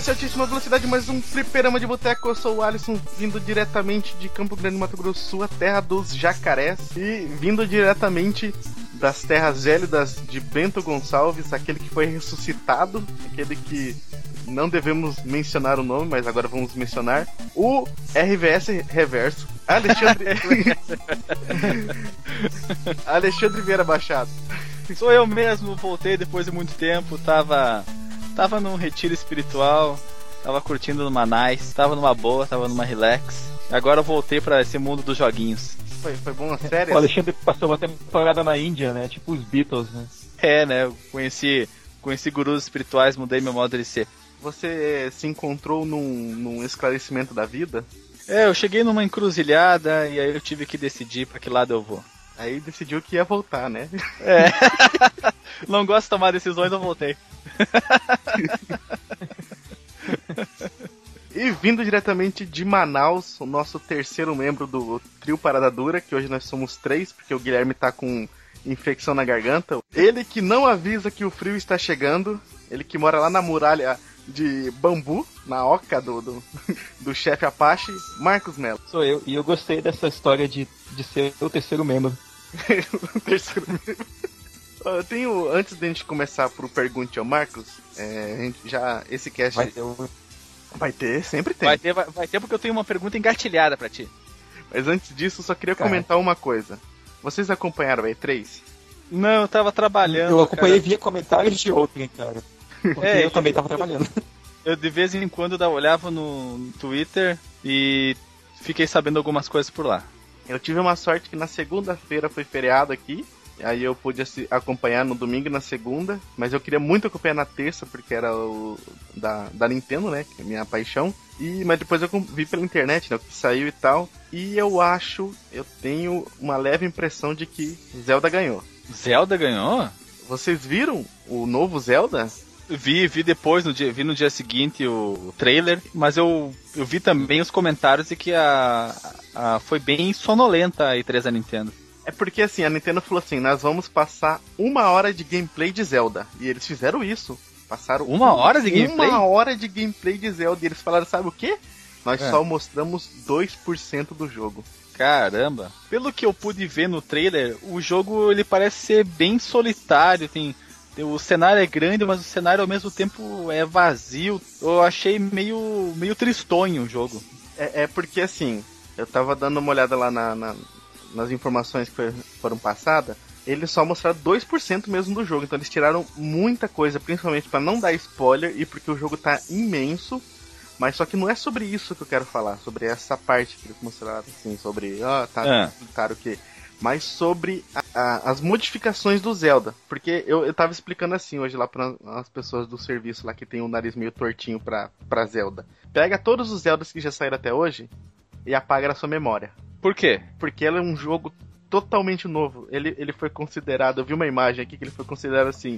esse é o Altíssima Velocidade, mais um fliperama de boteco. Eu sou o Alisson, vindo diretamente de Campo Grande, Mato Grosso do Sul, a terra dos jacarés. E vindo diretamente das terras gélidas de Bento Gonçalves, aquele que foi ressuscitado, aquele que não devemos mencionar o nome, mas agora vamos mencionar, o RVS Reverso, Alexandre... Alexandre Vieira Machado. Sou eu mesmo, voltei depois de muito tempo, tava num retiro espiritual, tava curtindo numa nice, tava numa boa, tava numa relax. Agora eu voltei pra esse mundo dos joguinhos. Foi bom a série? O Alexandre passou uma temporada na Índia, né? Tipo os Beatles, né? É, né? Eu conheci gurus espirituais, mudei meu modo de ser. Você se encontrou num esclarecimento da vida? É, eu cheguei numa encruzilhada e aí eu tive que decidir pra que lado eu vou. Aí decidiu que ia voltar, né? É. Não gosto de tomar decisões, eu voltei. E vindo diretamente de Manaus, o nosso terceiro membro do trio Parada Dura, que hoje nós somos 3, porque o Guilherme tá com infecção na garganta. Ele que não avisa que o frio está chegando, ele que mora lá na muralha de bambu, na oca do chefe Apache, Marcos Mello. Sou eu, e eu gostei dessa história de ser o terceiro membro. O terceiro membro. Eu tenho, antes de a gente começar pro Pergunte ao Marcos, a gente já, esse cast... Vai ter, sempre tem. Vai ter porque eu tenho uma pergunta engatilhada pra ti. Mas antes disso, eu só queria comentar uma coisa. Vocês acompanharam a E3? Não, eu tava trabalhando. Eu acompanhei via comentários de outrem, cara. Porque eu também tava trabalhando. Eu de vez em quando olhava no Twitter e fiquei sabendo algumas coisas por lá. Eu tive uma sorte que na segunda-feira foi feriado aqui. Aí eu pude acompanhar no domingo e na segunda. Mas eu queria muito acompanhar na terça, porque era o da Nintendo, né? Que é a minha paixão. Mas depois eu vi pela internet, né? O que saiu e tal. E eu tenho uma leve impressão de que Zelda ganhou. Zelda ganhou? Vocês viram o novo Zelda? Vi depois, vi no dia seguinte o trailer, mas eu vi também os comentários de que foi bem sonolenta a E3 da Nintendo. É porque assim, a Nintendo falou assim, nós vamos passar 1 hora de gameplay de Zelda. E eles fizeram isso. Passaram 1 hora de gameplay? 1 hora de gameplay de Zelda. E eles falaram, sabe o quê? Nós só mostramos 2% do jogo. Caramba. Pelo que eu pude ver no trailer, o jogo ele parece ser bem solitário, o cenário é grande, mas o cenário ao mesmo tempo é vazio. Eu achei meio tristonho o jogo. É porque assim, eu tava dando uma olhada lá nas informações que foram passadas. Eles só mostraram 2% mesmo do jogo. Então eles tiraram muita coisa, principalmente pra não dar spoiler e porque o jogo tá imenso. Mas só que não é sobre isso que eu quero falar, sobre essa parte que eles mostraram, assim, sobre, claro o quê? Mas sobre as modificações do Zelda. Porque eu tava explicando assim hoje lá para as pessoas do serviço lá que tem um nariz meio tortinho pra Zelda. Pega todos os Zeldas que já saíram até hoje e apaga na sua memória. Por quê? Porque ela é um jogo totalmente novo. Ele foi considerado, eu vi uma imagem aqui que ele foi considerado assim,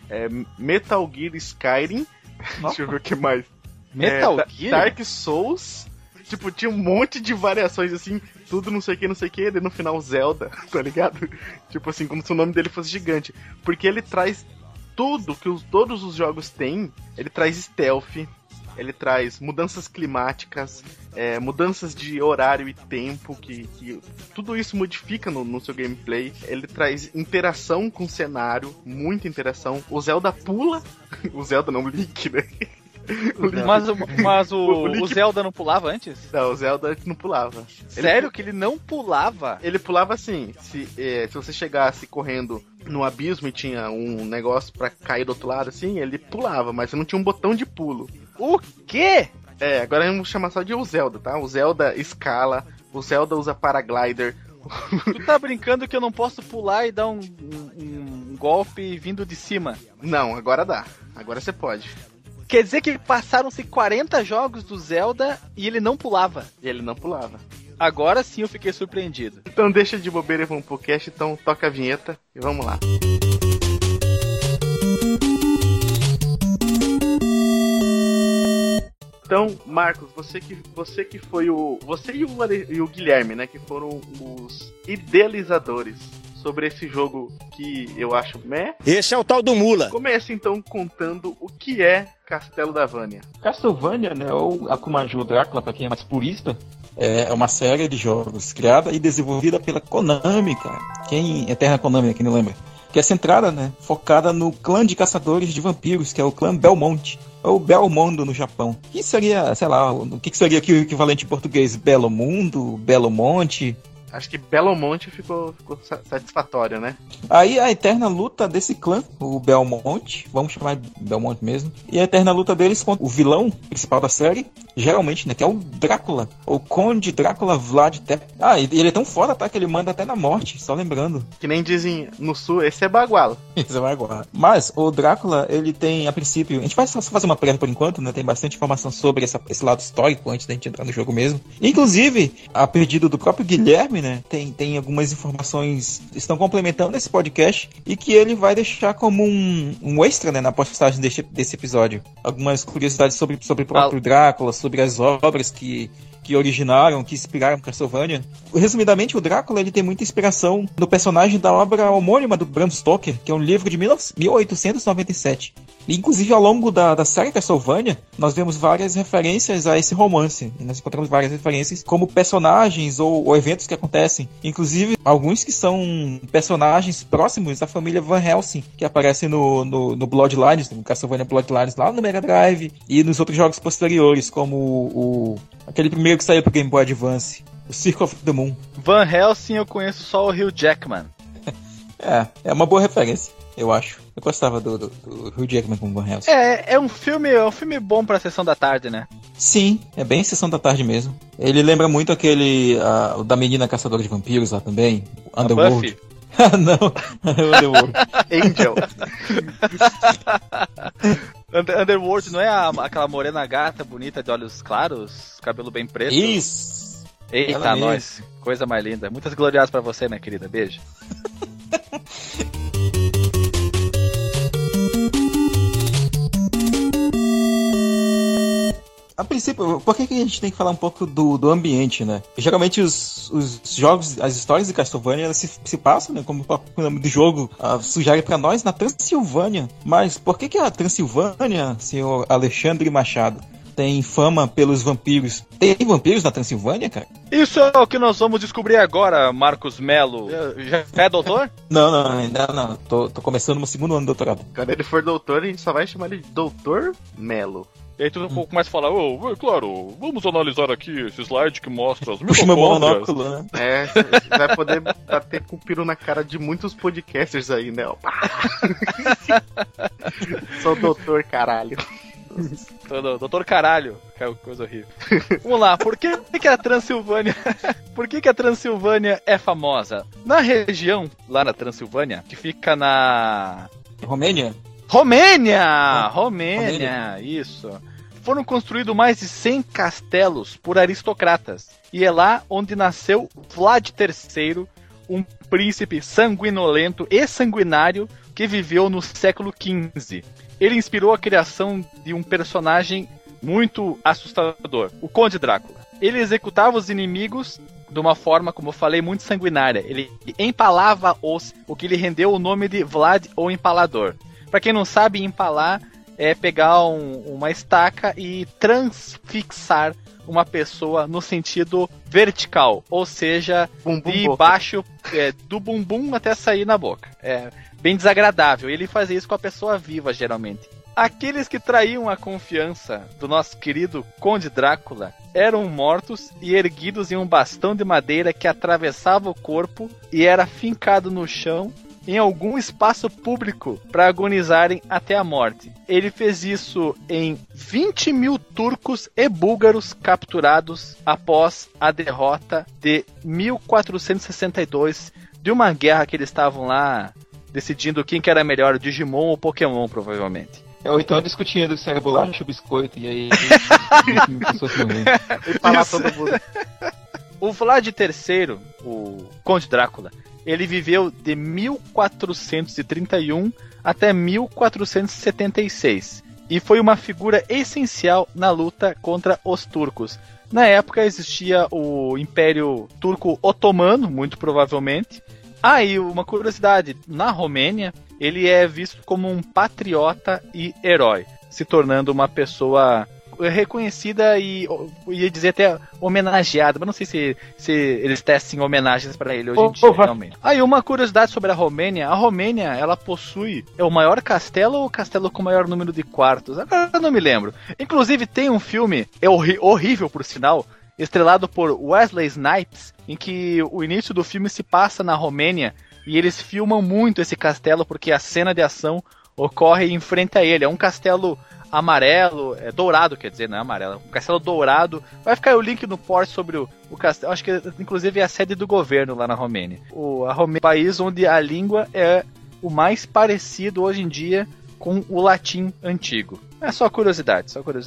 Metal Gear Skyrim. Deixa eu ver o que mais. Metal Gear? Dark Souls. Tipo, tinha um monte de variações assim, tudo não sei o que, e no final Zelda, tá ligado? Tipo assim, como se o nome dele fosse gigante. Porque ele traz tudo que todos os jogos têm. Ele traz stealth, ele traz mudanças climáticas, mudanças de horário e tempo, que tudo isso modifica no seu gameplay. Ele traz interação com o cenário, muita interação. O Zelda pula, o Zelda não, o Link, né? Mas o Zelda não pulava antes? Não, o Zelda antes não pulava. Sério que ele não pulava? Ele pulava assim, se você chegasse correndo no abismo e tinha um negócio pra cair do outro lado assim, ele pulava, mas você não tinha um botão de pulo. O quê? Agora vamos chamar só de o Zelda, tá? O Zelda escala, o Zelda usa paraglider. Tu tá brincando que eu não posso pular e dar um golpe vindo de cima? Não, agora dá. Agora você pode. Quer dizer que passaram-se 40 jogos do Zelda e ele não pulava? E ele não pulava. Agora sim eu fiquei surpreendido. Então deixa de bobeira e vamos pro cast, então toca a vinheta e vamos lá. Então, Marcos, você que foi você e o Guilherme, né, que foram os idealizadores sobre esse jogo que eu acho meh. Esse é o tal do Mula. Começa então contando o que é Castelo da Vânia. Castlevania, né, ou Akumajou Drácula, pra quem é mais purista, É uma série de jogos criada e desenvolvida pela Konami, cara. Eterna Konami, né, quem não lembra? Que é centrada, né, focada no clã de caçadores de vampiros, que é o clã Belmont, ou Belmondo no Japão. Que seria, sei lá, o que seria aqui o equivalente em português? Belo Mundo? Belo Monte? Acho que Belo Monte ficou satisfatório, né? Aí a eterna luta desse clã, o Belmont, vamos chamar de Belmont mesmo, e a eterna luta deles contra o vilão principal da série, geralmente, né, que é o Drácula, o Conde Drácula Vlad Tepes. E ele é tão foda, tá, que ele manda até na morte, só lembrando. Que nem dizem no sul, esse é baguala. Esse é baguala. Mas o Drácula, ele tem, a princípio, a gente vai só fazer uma prévia por enquanto, né, tem bastante informação sobre esse lado histórico antes da gente entrar no jogo mesmo. Inclusive, a pedido do próprio Guilherme, né, tem algumas informações que estão complementando esse podcast e que ele vai deixar como um extra, né, na postagem desse episódio. Algumas curiosidades sobre o próprio Drácula, sobre as obras que originaram, que inspiraram Castlevania. Resumidamente, o Drácula ele tem muita inspiração no personagem da obra homônima do Bram Stoker, que é um livro de 1897. E, inclusive, ao longo da série Castlevania, nós vemos várias referências a esse romance. E nós encontramos várias referências como personagens ou eventos que acontecem. Inclusive, alguns que são personagens próximos da família Van Helsing, que aparecem no Bloodlines, no Castlevania Bloodlines, lá no Mega Drive, e nos outros jogos posteriores, como aquele primeiro que saiu pro Game Boy Advance, o Circle of the Moon. Van Helsing eu conheço só o Hugh Jackman. É uma boa referência, eu acho. Eu gostava do Hugh Jackman como Van Helsing. É um filme bom pra sessão da tarde, né? Sim, é bem sessão da tarde mesmo. Ele lembra muito aquele o da menina caçadora de vampiros lá também, Underworld. Não, Underworld. Angel. Underworld não é aquela morena gata bonita de olhos claros, cabelo bem preto? Isso! Eita, nós. Coisa mais linda. Muitas gloriosas pra você, minha querida. Beijo. A princípio, por que a gente tem que falar um pouco do ambiente, né? Geralmente os jogos, as histórias de Castlevania, elas se passam, né, como o nome do jogo sugere pra nós, na Transilvânia. Mas por que a Transilvânia, senhor Alexandre Machado, tem fama pelos vampiros? Tem vampiros na Transilvânia, cara? Isso é o que nós vamos descobrir agora, Marcos Melo. Já é doutor? Não, ainda não. Tô começando meu segundo ano de doutorado. Quando ele for doutor, a gente só vai chamar ele de Doutor Melo. E aí tu começa a falar, claro, vamos analisar aqui esse slide que mostra as Puxa meu monóculo, né? Vai poder bater com o peru na cara de muitos podcasters aí, né? Sou doutor, caralho. Doutor Caralho, que é coisa horrível. Vamos lá, por que a Transilvânia... Por que a Transilvânia é famosa? Na região, lá na Transilvânia, que fica na... Romênia, isso. Foram construídos mais de 100 castelos por aristocratas. E é lá onde nasceu Vlad III, um príncipe sanguinolento e sanguinário que viveu no século XV. Ele inspirou a criação de um personagem muito assustador, o Conde Drácula. Ele executava os inimigos de uma forma, como eu falei, muito sanguinária. Ele empalava-os, o que lhe rendeu o nome de Vlad ou Empalador. Pra quem não sabe, empalar é pegar uma estaca e transfixar uma pessoa no sentido vertical, ou seja, de baixo, do bumbum até sair na boca. É bem desagradável. Ele fazia isso com a pessoa viva, geralmente. Aqueles que traíam a confiança do nosso querido Conde Drácula eram mortos e erguidos em um bastão de madeira que atravessava o corpo e era fincado no chão em algum espaço público para agonizarem até a morte. Ele fez isso em 20 mil turcos e búlgaros capturados após a derrota de 1462 de uma guerra que eles estavam lá decidindo quem que era melhor, Digimon ou Pokémon, provavelmente. Ou então discutindo se era bolacha ou biscoito, e aí pessoas morrendo. E falar todo mundo. O Vlad III, o Conde Drácula, ele viveu de 1431 até 1476 e foi uma figura essencial na luta contra os turcos. Na época existia o Império Turco Otomano, muito provavelmente, E uma curiosidade, na Romênia, ele é visto como um patriota e herói, se tornando uma pessoa reconhecida e, ia dizer até homenageada, mas não sei se eles tecem homenagens para ele hoje em dia, realmente. E uma curiosidade sobre a Romênia, ela possui o maior castelo ou o castelo com o maior número de quartos? Agora eu não me lembro. Inclusive tem um filme, horrível por sinal, estrelado por Wesley Snipes, em que o início do filme se passa na Romênia e eles filmam muito esse castelo porque a cena de ação ocorre em frente a ele. É um castelo amarelo, dourado, quer dizer, não é amarelo, um castelo dourado. Vai ficar o link no post sobre o castelo, acho que inclusive é a sede do governo lá na Romênia. A Romênia é um país onde a língua é o mais parecido hoje em dia com o latim antigo. É só curiosidade.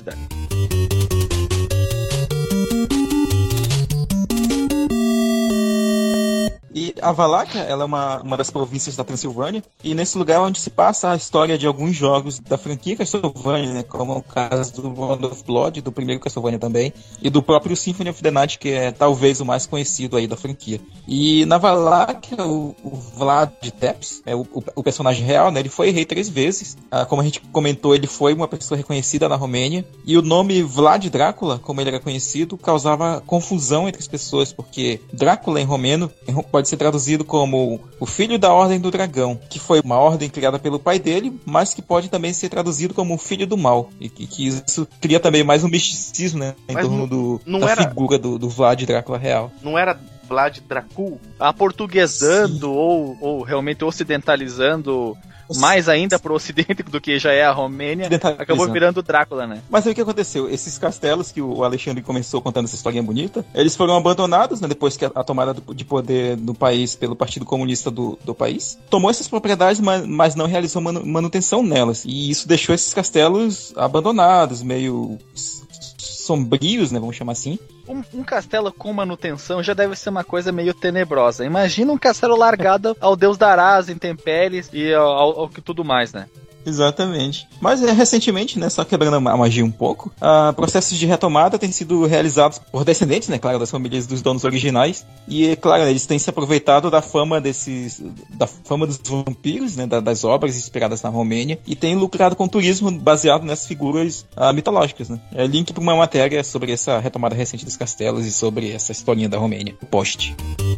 E a Valáquia, ela é uma das províncias da Transilvânia, e nesse lugar é onde se passa a história de alguns jogos da franquia Castlevania, né, como é o caso do Round of Blood, do primeiro Castlevania também, e do próprio Symphony of the Night, que é talvez o mais conhecido aí da franquia. E na Valáquia, o Vlad Tepes, o personagem real, né, ele foi rei 3 vezes. Como a gente comentou, ele foi uma pessoa reconhecida na Romênia, e o nome Vlad Drácula, como ele era conhecido, causava confusão entre as pessoas, porque Drácula em romeno pode ser traduzido como o filho da Ordem do Dragão, que foi uma ordem criada pelo pai dele, mas que pode também ser traduzido como o filho do mal, e que isso cria também mais um misticismo, né, em torno da figura do Vlad Drácula real. Não era Vlad Dracul? Aportuguesando ou realmente ocidentalizando mais ainda pro ocidente do que já é a Romênia, acabou virando Drácula, né? Mas aí o que aconteceu? Esses castelos que o Alexandre começou contando essa historinha bonita, eles foram abandonados, né, depois que a tomada de poder do país pelo Partido Comunista do país tomou essas propriedades, mas não realizou manutenção nelas. E isso deixou esses castelos abandonados, meio sombrios, né, vamos chamar assim. Um castelo com manutenção já deve ser uma coisa meio tenebrosa. Imagina um castelo largado ao Deus dará, às intempéries e ao que tudo mais, né? Exatamente. Mas recentemente, né, só quebrando a magia um pouco, processos de retomada têm sido realizados por descendentes, né, claro, das famílias dos donos originais. E, claro, eles têm se aproveitado da fama dos vampiros, né, das obras inspiradas na Romênia, e têm lucrado com turismo baseado nessas figuras mitológicas, né. Link para uma matéria sobre essa retomada recente dos castelos e sobre essa historinha da Romênia. O post.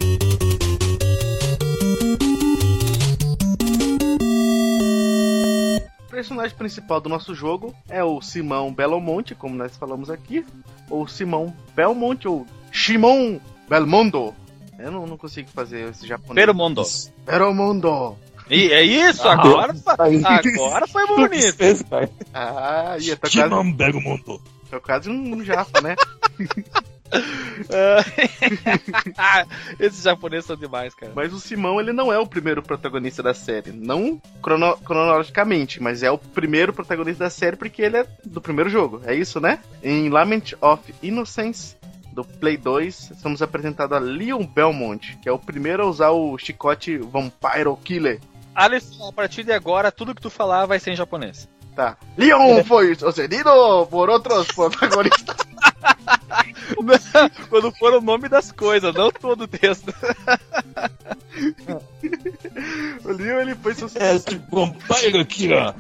O personagem principal do nosso jogo é o Simão Belmonte, como nós falamos aqui, ou Simão Belmonte, ou Shimon Belmondo. Eu não consigo fazer esse japonês. Peromondo. E é isso, agora foi bonito. Shimon Belmondo. É quase um japa, né? Esses japoneses são demais, cara. Mas o Simão, ele não é o primeiro protagonista da série. Não cronologicamente, mas é o primeiro protagonista da série porque ele é do primeiro jogo. É isso, né? Em Lament of Innocence, do Play 2, somos apresentados a Leon Belmont, que é o primeiro a usar o chicote Vampire Killer. Alisson, a partir de agora, tudo que tu falar vai ser em japonês. Tá. Leon foi sucedido por outros protagonistas. Quando for o nome das coisas, não todo o texto. O Leon, ele foi sucedido. Tipo Vampire Killer.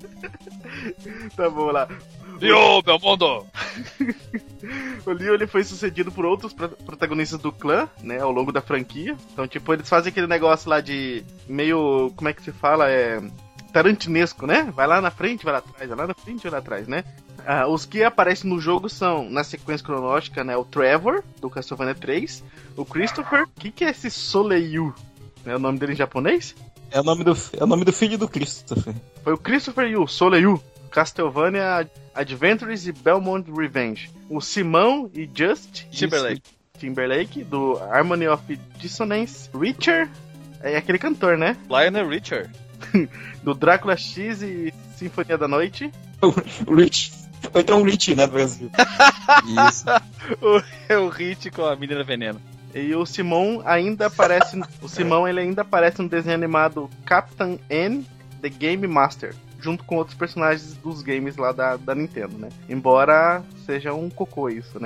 Tá bom, lá. Leon Belmondo. O Leon, ele foi sucedido por outros protagonistas do clã, né, ao longo da franquia. Então, tipo, eles fazem aquele negócio lá de meio, como é que se fala, tarantinesco, né? Vai lá na frente, vai lá atrás, vai lá na frente, vai lá atrás, né? Os que aparecem no jogo são, na sequência cronológica, né, o Trevor, do Castlevania 3, o Christopher, o que é esse Soleil? É o nome dele em japonês? É o nome do filho do Christopher. Foi o Christopher Yu, Soleil, Castlevania Adventures e Belmont Revenge. O Simão e Just Timberlake, do Harmony of Dissonance. Richard, é aquele cantor, né? Lionel Richard. Do Drácula X e Sinfonia da Noite. O Rich. Ou então o Rich, né, do Brasil. Isso. o Rich com a menina veneno. E o Simão ainda aparece. Ele ainda aparece no desenho animado Captain N, The Game Master, junto com outros personagens dos games lá da Nintendo, né? Embora seja um cocô isso, né?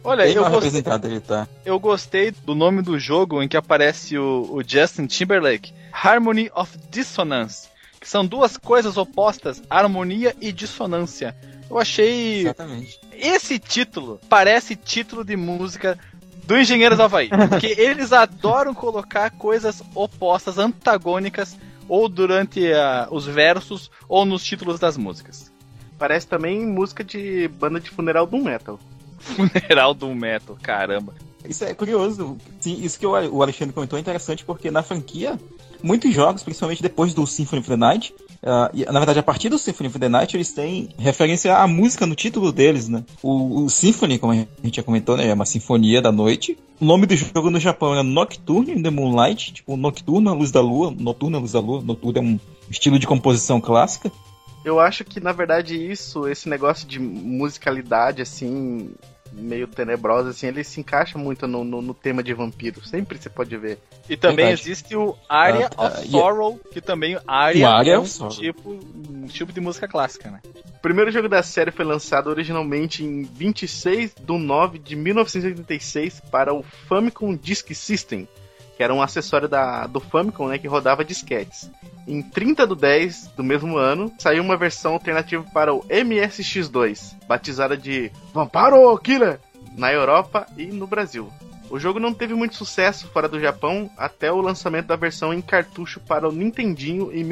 Olha, Bem mal representado ele tá. eu gostei do nome do jogo em que aparece o Justin Timberlake, Harmony of Dissonance, que são duas coisas opostas, harmonia e dissonância. Eu achei... Exatamente. Esse título parece título de música do Engenheiros do Havaí, porque eles adoram colocar coisas opostas, antagônicas, ou durante os versos, ou nos títulos das músicas. Parece também música de banda de funeral do metal. Funeral do metal, caramba. Isso é curioso. Sim, isso que o Alexandre comentou é interessante, porque na franquia, muitos jogos, principalmente depois do Symphony of the Night, e, na verdade, a partir do Symphony of the Night, eles têm referência à música no título deles, né? O Symphony, como a gente já comentou, né? É uma sinfonia da noite. O nome do jogo no Japão era Nocturne in the Moonlight, tipo, Nocturno à luz da lua, Noturno à luz da lua. Noturno é um estilo de composição clássica. Eu acho que, na verdade, esse negócio de musicalidade, assim, meio tenebrosa, assim, ele se encaixa muito no tema de vampiro. Sempre você pode ver. E também Verdade. existe o Aria of Sorrow, que também Aria é um tipo de música clássica, né? O primeiro jogo da série foi lançado originalmente em 26 de 9 de 1986 para o Famicom Disk System, que era um acessório do Famicom, né, que rodava disquetes. Em 30 de 10 do mesmo ano, saiu uma versão alternativa para o MSX2, batizada de Vampiro Killer, na Europa e no Brasil. O jogo não teve muito sucesso fora do Japão até o lançamento da versão em cartucho para o Nintendinho em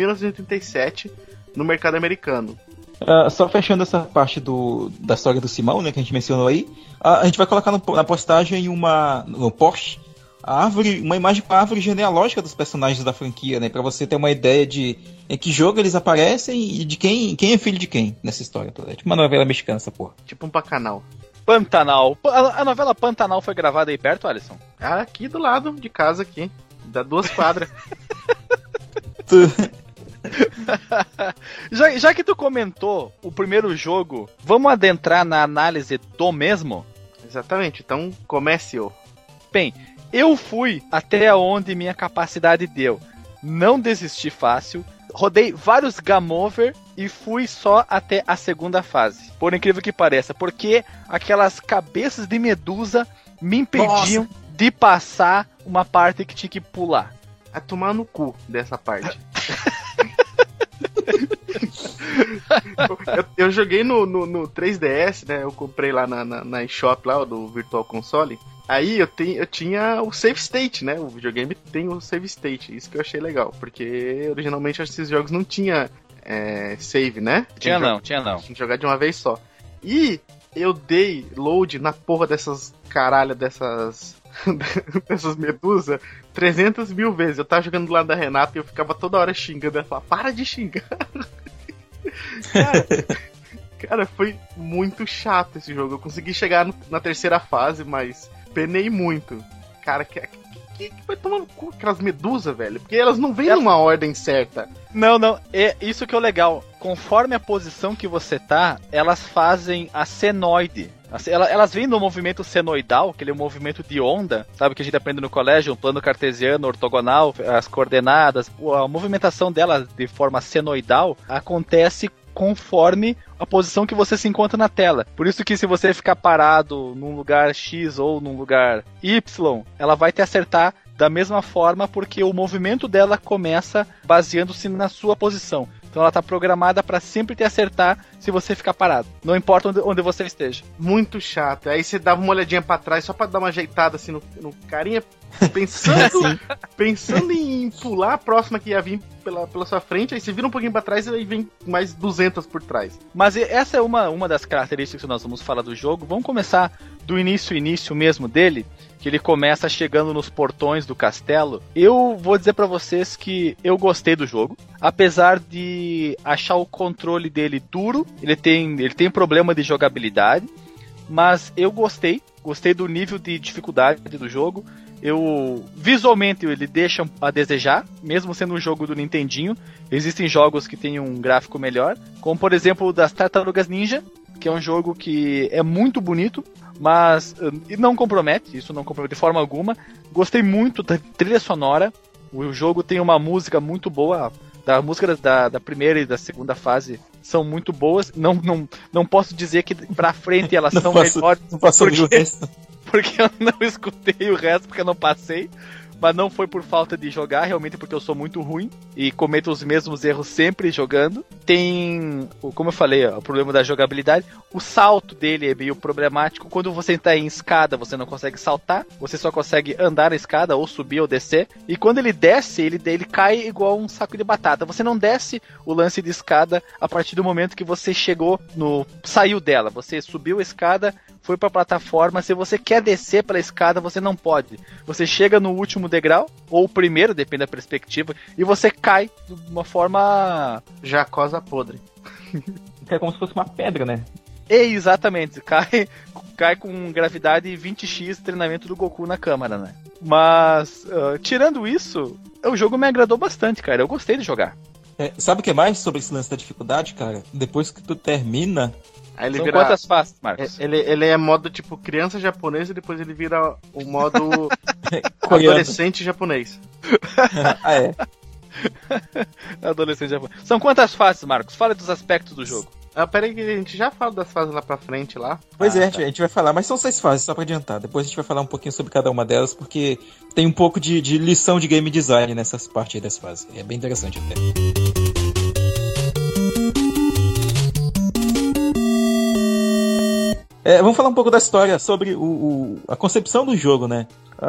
1987 no mercado americano. Só fechando essa parte da história do Simão, né, que a gente mencionou aí, a gente vai colocar na postagem no post uma imagem com a árvore genealógica dos personagens da franquia, né, pra você ter uma ideia de em que jogo eles aparecem e de quem é filho de quem nessa história toda. É tipo uma novela mexicana, essa porra. Tipo um Bacanal. Pantanal. A novela Pantanal foi gravada aí perto, Alisson? Aqui do lado de casa, aqui. Dá 2 quadras. Já que tu comentou o primeiro jogo, vamos adentrar na análise do mesmo? Exatamente, então comece o. Bem, eu fui até onde minha capacidade deu. Não desisti fácil. Rodei vários game over e fui só até a segunda fase. Por incrível que pareça, porque aquelas cabeças de medusa me impediam de passar uma parte que tinha que pular. A tomar no cu dessa parte. eu joguei no 3DS, né? Eu comprei lá na eShop lá, do Virtual Console. Aí eu tinha o save state, né? O videogame tem o save state. Isso que eu achei legal, porque originalmente esses jogos não tinha save, né? Tinha não. Tinha que jogar de uma vez só. E eu dei load na porra dessas medusas 300 mil vezes. Eu tava jogando do lado da Renata e eu ficava toda hora xingando. Ela falava, para de xingar. Cara, foi muito chato esse jogo. Eu consegui chegar na terceira fase, mas penei muito. Cara, que vai tomar no cu aquelas medusas, velho? Porque elas não vêm numa ordem certa. Não, é isso que é o legal. Conforme a posição que você tá, elas fazem a senoide. Elas vêm no movimento senoidal, aquele movimento de onda, sabe, que a gente aprende no colégio, um plano cartesiano, ortogonal, as coordenadas. A movimentação delas de forma senoidal acontece conforme a posição que você se encontra na tela. Por isso que se você ficar parado num lugar X ou num lugar Y, ela vai te acertar da mesma forma, porque o movimento dela começa baseando-se na sua posição. Então ela está programada para sempre te acertar se você ficar parado. Não importa onde você esteja. Muito chato. Aí você dava uma olhadinha para trás só para dar uma ajeitada assim no carinha, pensando em pular a próxima que ia vir pela sua frente. Aí você vira um pouquinho para trás e aí vem mais 200 por trás. Mas essa é uma das características que nós vamos falar do jogo. Vamos começar do início mesmo dele, que ele começa chegando nos portões do castelo. Eu vou dizer pra vocês que eu gostei do jogo, apesar de achar o controle dele duro. Ele tem problema de jogabilidade, mas eu gostei do nível de dificuldade do jogo. Visualmente ele deixa a desejar, mesmo sendo um jogo do Nintendinho. Existem jogos que têm um gráfico melhor, como por exemplo o das Tartarugas Ninja, que é um jogo que é muito bonito, mas não compromete de forma alguma. Gostei muito da trilha sonora. O jogo tem uma música muito boa. As músicas da primeira e da segunda fase são muito boas. Não posso dizer que pra frente elas são melhores. Não posso ouvir o resto. porque eu não escutei o resto, porque eu não passei. Mas não foi por falta de jogar, realmente porque eu sou muito ruim e cometo os mesmos erros sempre jogando. Tem, como eu falei, o problema da jogabilidade. O salto dele é meio problemático. Quando você está em escada, você não consegue saltar. Você só consegue andar na escada, ou subir ou descer. E quando ele desce, ele cai igual um saco de batata. Você não desce o lance de escada a partir do momento que você saiu dela. Você subiu a escada, foi para a plataforma. Se você quer descer pela escada, você não pode. Você chega no último degrau, ou o primeiro, depende da perspectiva, e você cai de uma forma... Jacosa podre. É como se fosse uma pedra, né? Exatamente, cai com gravidade 20x treinamento do Goku na câmara, né? Mas, tirando isso, o jogo me agradou bastante, cara. Eu gostei de jogar. Sabe o que mais sobre esse lance da dificuldade, cara? Depois que tu termina... Aí ele São vira... quantas fases, Marcos? Ele é modo tipo criança japonesa e depois ele vira o modo adolescente japonês. Ah, é? Adolescente japonês. São quantas fases, Marcos? Fala dos aspectos do jogo. Pera aí que a gente já fala das fases lá pra frente lá. Pois a gente vai falar, mas são 6 fases, só pra adiantar. Depois a gente vai falar um pouquinho sobre cada uma delas, porque tem um pouco de lição de game design nessas partes aí das fases. É bem interessante até. Vamos falar um pouco da história sobre a concepção do jogo, né?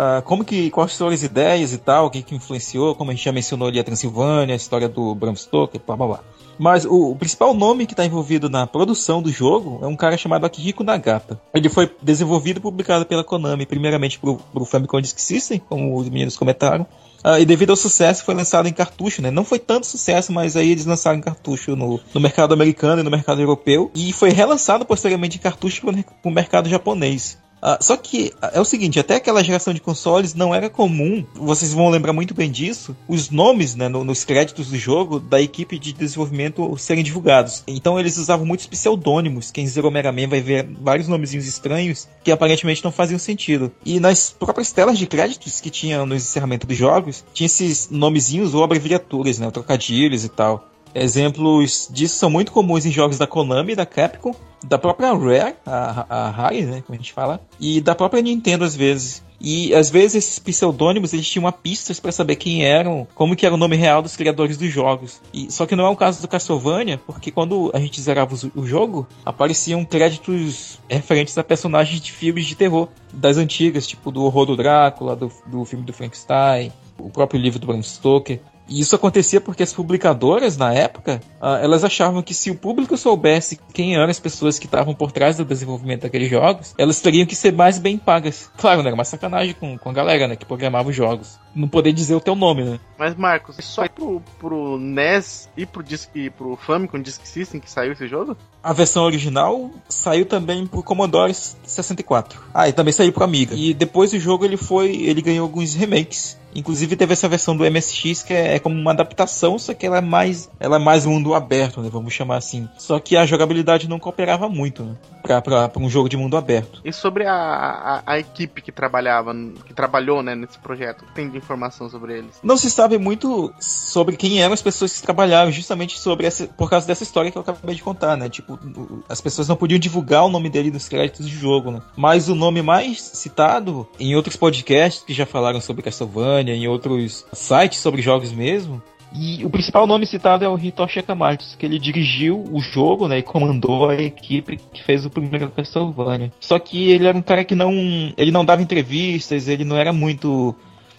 Quais foram as ideias e tal, o que influenciou, como a gente já mencionou ali a Transilvânia, a história do Bram Stoker, blá blá blá. Mas o principal nome que está envolvido na produção do jogo é um cara chamado Akihiko Nagata. Ele foi desenvolvido e publicado pela Konami, primeiramente para o Famicom Disk System, como os meninos comentaram. E devido ao sucesso foi lançado em cartucho, né? Não foi tanto sucesso, mas aí eles lançaram em cartucho no mercado americano e no mercado europeu. E foi relançado posteriormente em cartucho para o mercado japonês. Só que é o seguinte, até aquela geração de consoles não era comum, vocês vão lembrar muito bem disso, os nomes, né, nos créditos do jogo da equipe de desenvolvimento serem divulgados. Então eles usavam muitos pseudônimos. Quem zerou Mega Man vai ver vários nomezinhos estranhos que aparentemente não faziam sentido. E nas próprias telas de créditos que tinha no encerramento dos jogos, tinha esses nomezinhos ou abreviaturas, né, trocadilhos e tal. Exemplos disso são muito comuns em jogos da Konami, da Capcom, da própria Rare, a Rare, né, como a gente fala, e da própria Nintendo às vezes. E às vezes esses pseudônimos eles tinham pistas para saber quem eram, como que era o nome real dos criadores dos jogos. Só que não é o caso do Castlevania, porque quando a gente zerava o jogo, apareciam créditos referentes a personagens de filmes de terror das antigas, tipo do Horror do Drácula, do filme do Frankenstein, o próprio livro do Bram Stoker. E isso acontecia porque as publicadoras, na época, elas achavam que se o público soubesse quem eram as pessoas que estavam por trás do desenvolvimento daqueles jogos, elas teriam que ser mais bem pagas. Claro, né? Era uma sacanagem com a galera, né? Que programava os jogos. Não poder dizer o teu nome, né? Mas, Marcos, só pro NES e pro Famicom Disk System que saiu esse jogo? A versão original saiu também pro Commodore 64. E também saiu pro Amiga. E depois o jogo ele ganhou alguns remakes. Inclusive teve essa versão do MSX que é como uma adaptação, só que ela é mais mundo aberto, né, vamos chamar assim. Só que a jogabilidade não cooperava muito, né, pra um jogo de mundo aberto. E sobre a equipe que trabalhou, né, nesse projeto, tem de informação sobre eles? Não se sabe muito sobre quem eram as pessoas que trabalharam, justamente por causa dessa história que eu acabei de contar, né, tipo, as pessoas não podiam divulgar o nome dele nos créditos do jogo, né. Mas o nome mais citado em outros podcasts que já falaram sobre Castlevania, em outros sites sobre jogos mesmo. E o principal nome citado é o Hitoshi Akamatsu, que ele dirigiu o jogo, né, e comandou a equipe que fez o primeiro Castlevania. Só que ele era um cara que ele não dava entrevistas, ele não era muito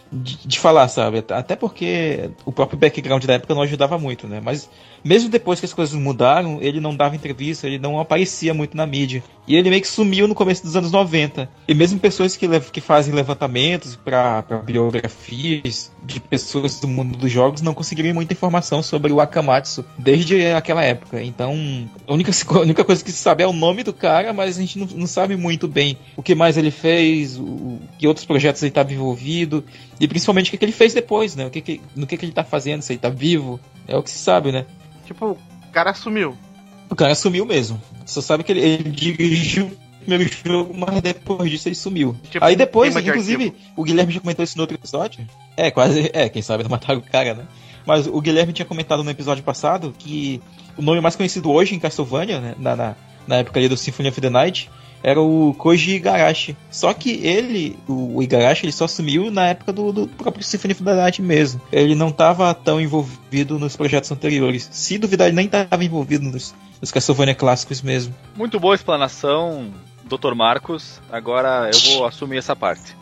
de falar, sabe? Até porque o próprio background da época não ajudava muito, né? Mas mesmo depois que as coisas mudaram, ele não dava entrevista, ele não aparecia muito na mídia. E ele meio que sumiu no começo dos anos 90. E mesmo pessoas que fazem levantamentos para biografias de pessoas do mundo dos jogos não conseguiriam muita informação sobre o Akamatsu desde aquela época. Então, a única coisa que se sabe é o nome do cara, mas a gente não sabe muito bem o que mais ele fez, que outros projetos ele estava envolvido, e principalmente o que ele fez depois, né? No que ele tá fazendo, se ele tá vivo. É o que se sabe, né? Tipo, o cara sumiu. O cara sumiu mesmo. Só sabe que ele dirigiu o primeiro jogo, mas depois disso ele sumiu. Tipo, aí depois, inclusive, o Guilherme já comentou isso no outro episódio. Quem sabe não mataram o cara, né? Mas o Guilherme tinha comentado no episódio passado que o nome mais conhecido hoje em Castlevania, né, na época ali do Symphony of the Night, era o Koji Igarashi. Só que o Igarashi, ele só assumiu na época do próprio Symphony of the Night mesmo. Ele não estava tão envolvido nos projetos anteriores. Se duvidar, ele nem estava envolvido nos Castlevania clássicos mesmo. Muito boa explanação, Dr. Marcos. Agora eu vou assumir essa parte.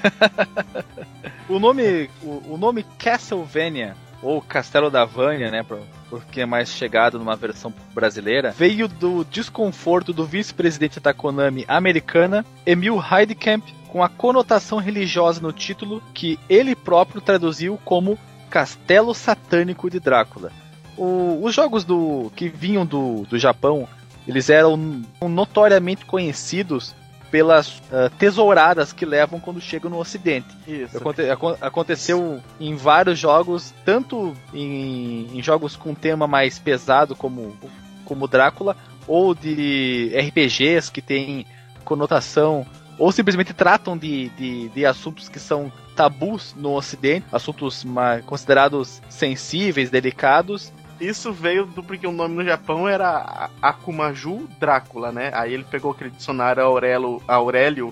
O nome Castlevania, ou Castelo da Vânia, né, porque é mais chegado numa versão brasileira, veio do desconforto do vice-presidente da Konami americana, Emil Heidkamp, com a conotação religiosa no título que ele próprio traduziu como Castelo Satânico de Drácula. Os jogos que vinham do Japão, eles eram notoriamente conhecidos pelas tesouradas que levam quando chegam no ocidente. Isso. Aconteceu em vários jogos, tanto em jogos com tema mais pesado como Drácula, ou de RPGs que tem conotação, ou simplesmente tratam de assuntos que são tabus no ocidente, assuntos considerados sensíveis, delicados. Isso veio porque o nome no Japão era Akumaju Drácula, né? Aí ele pegou aquele dicionário Aurélio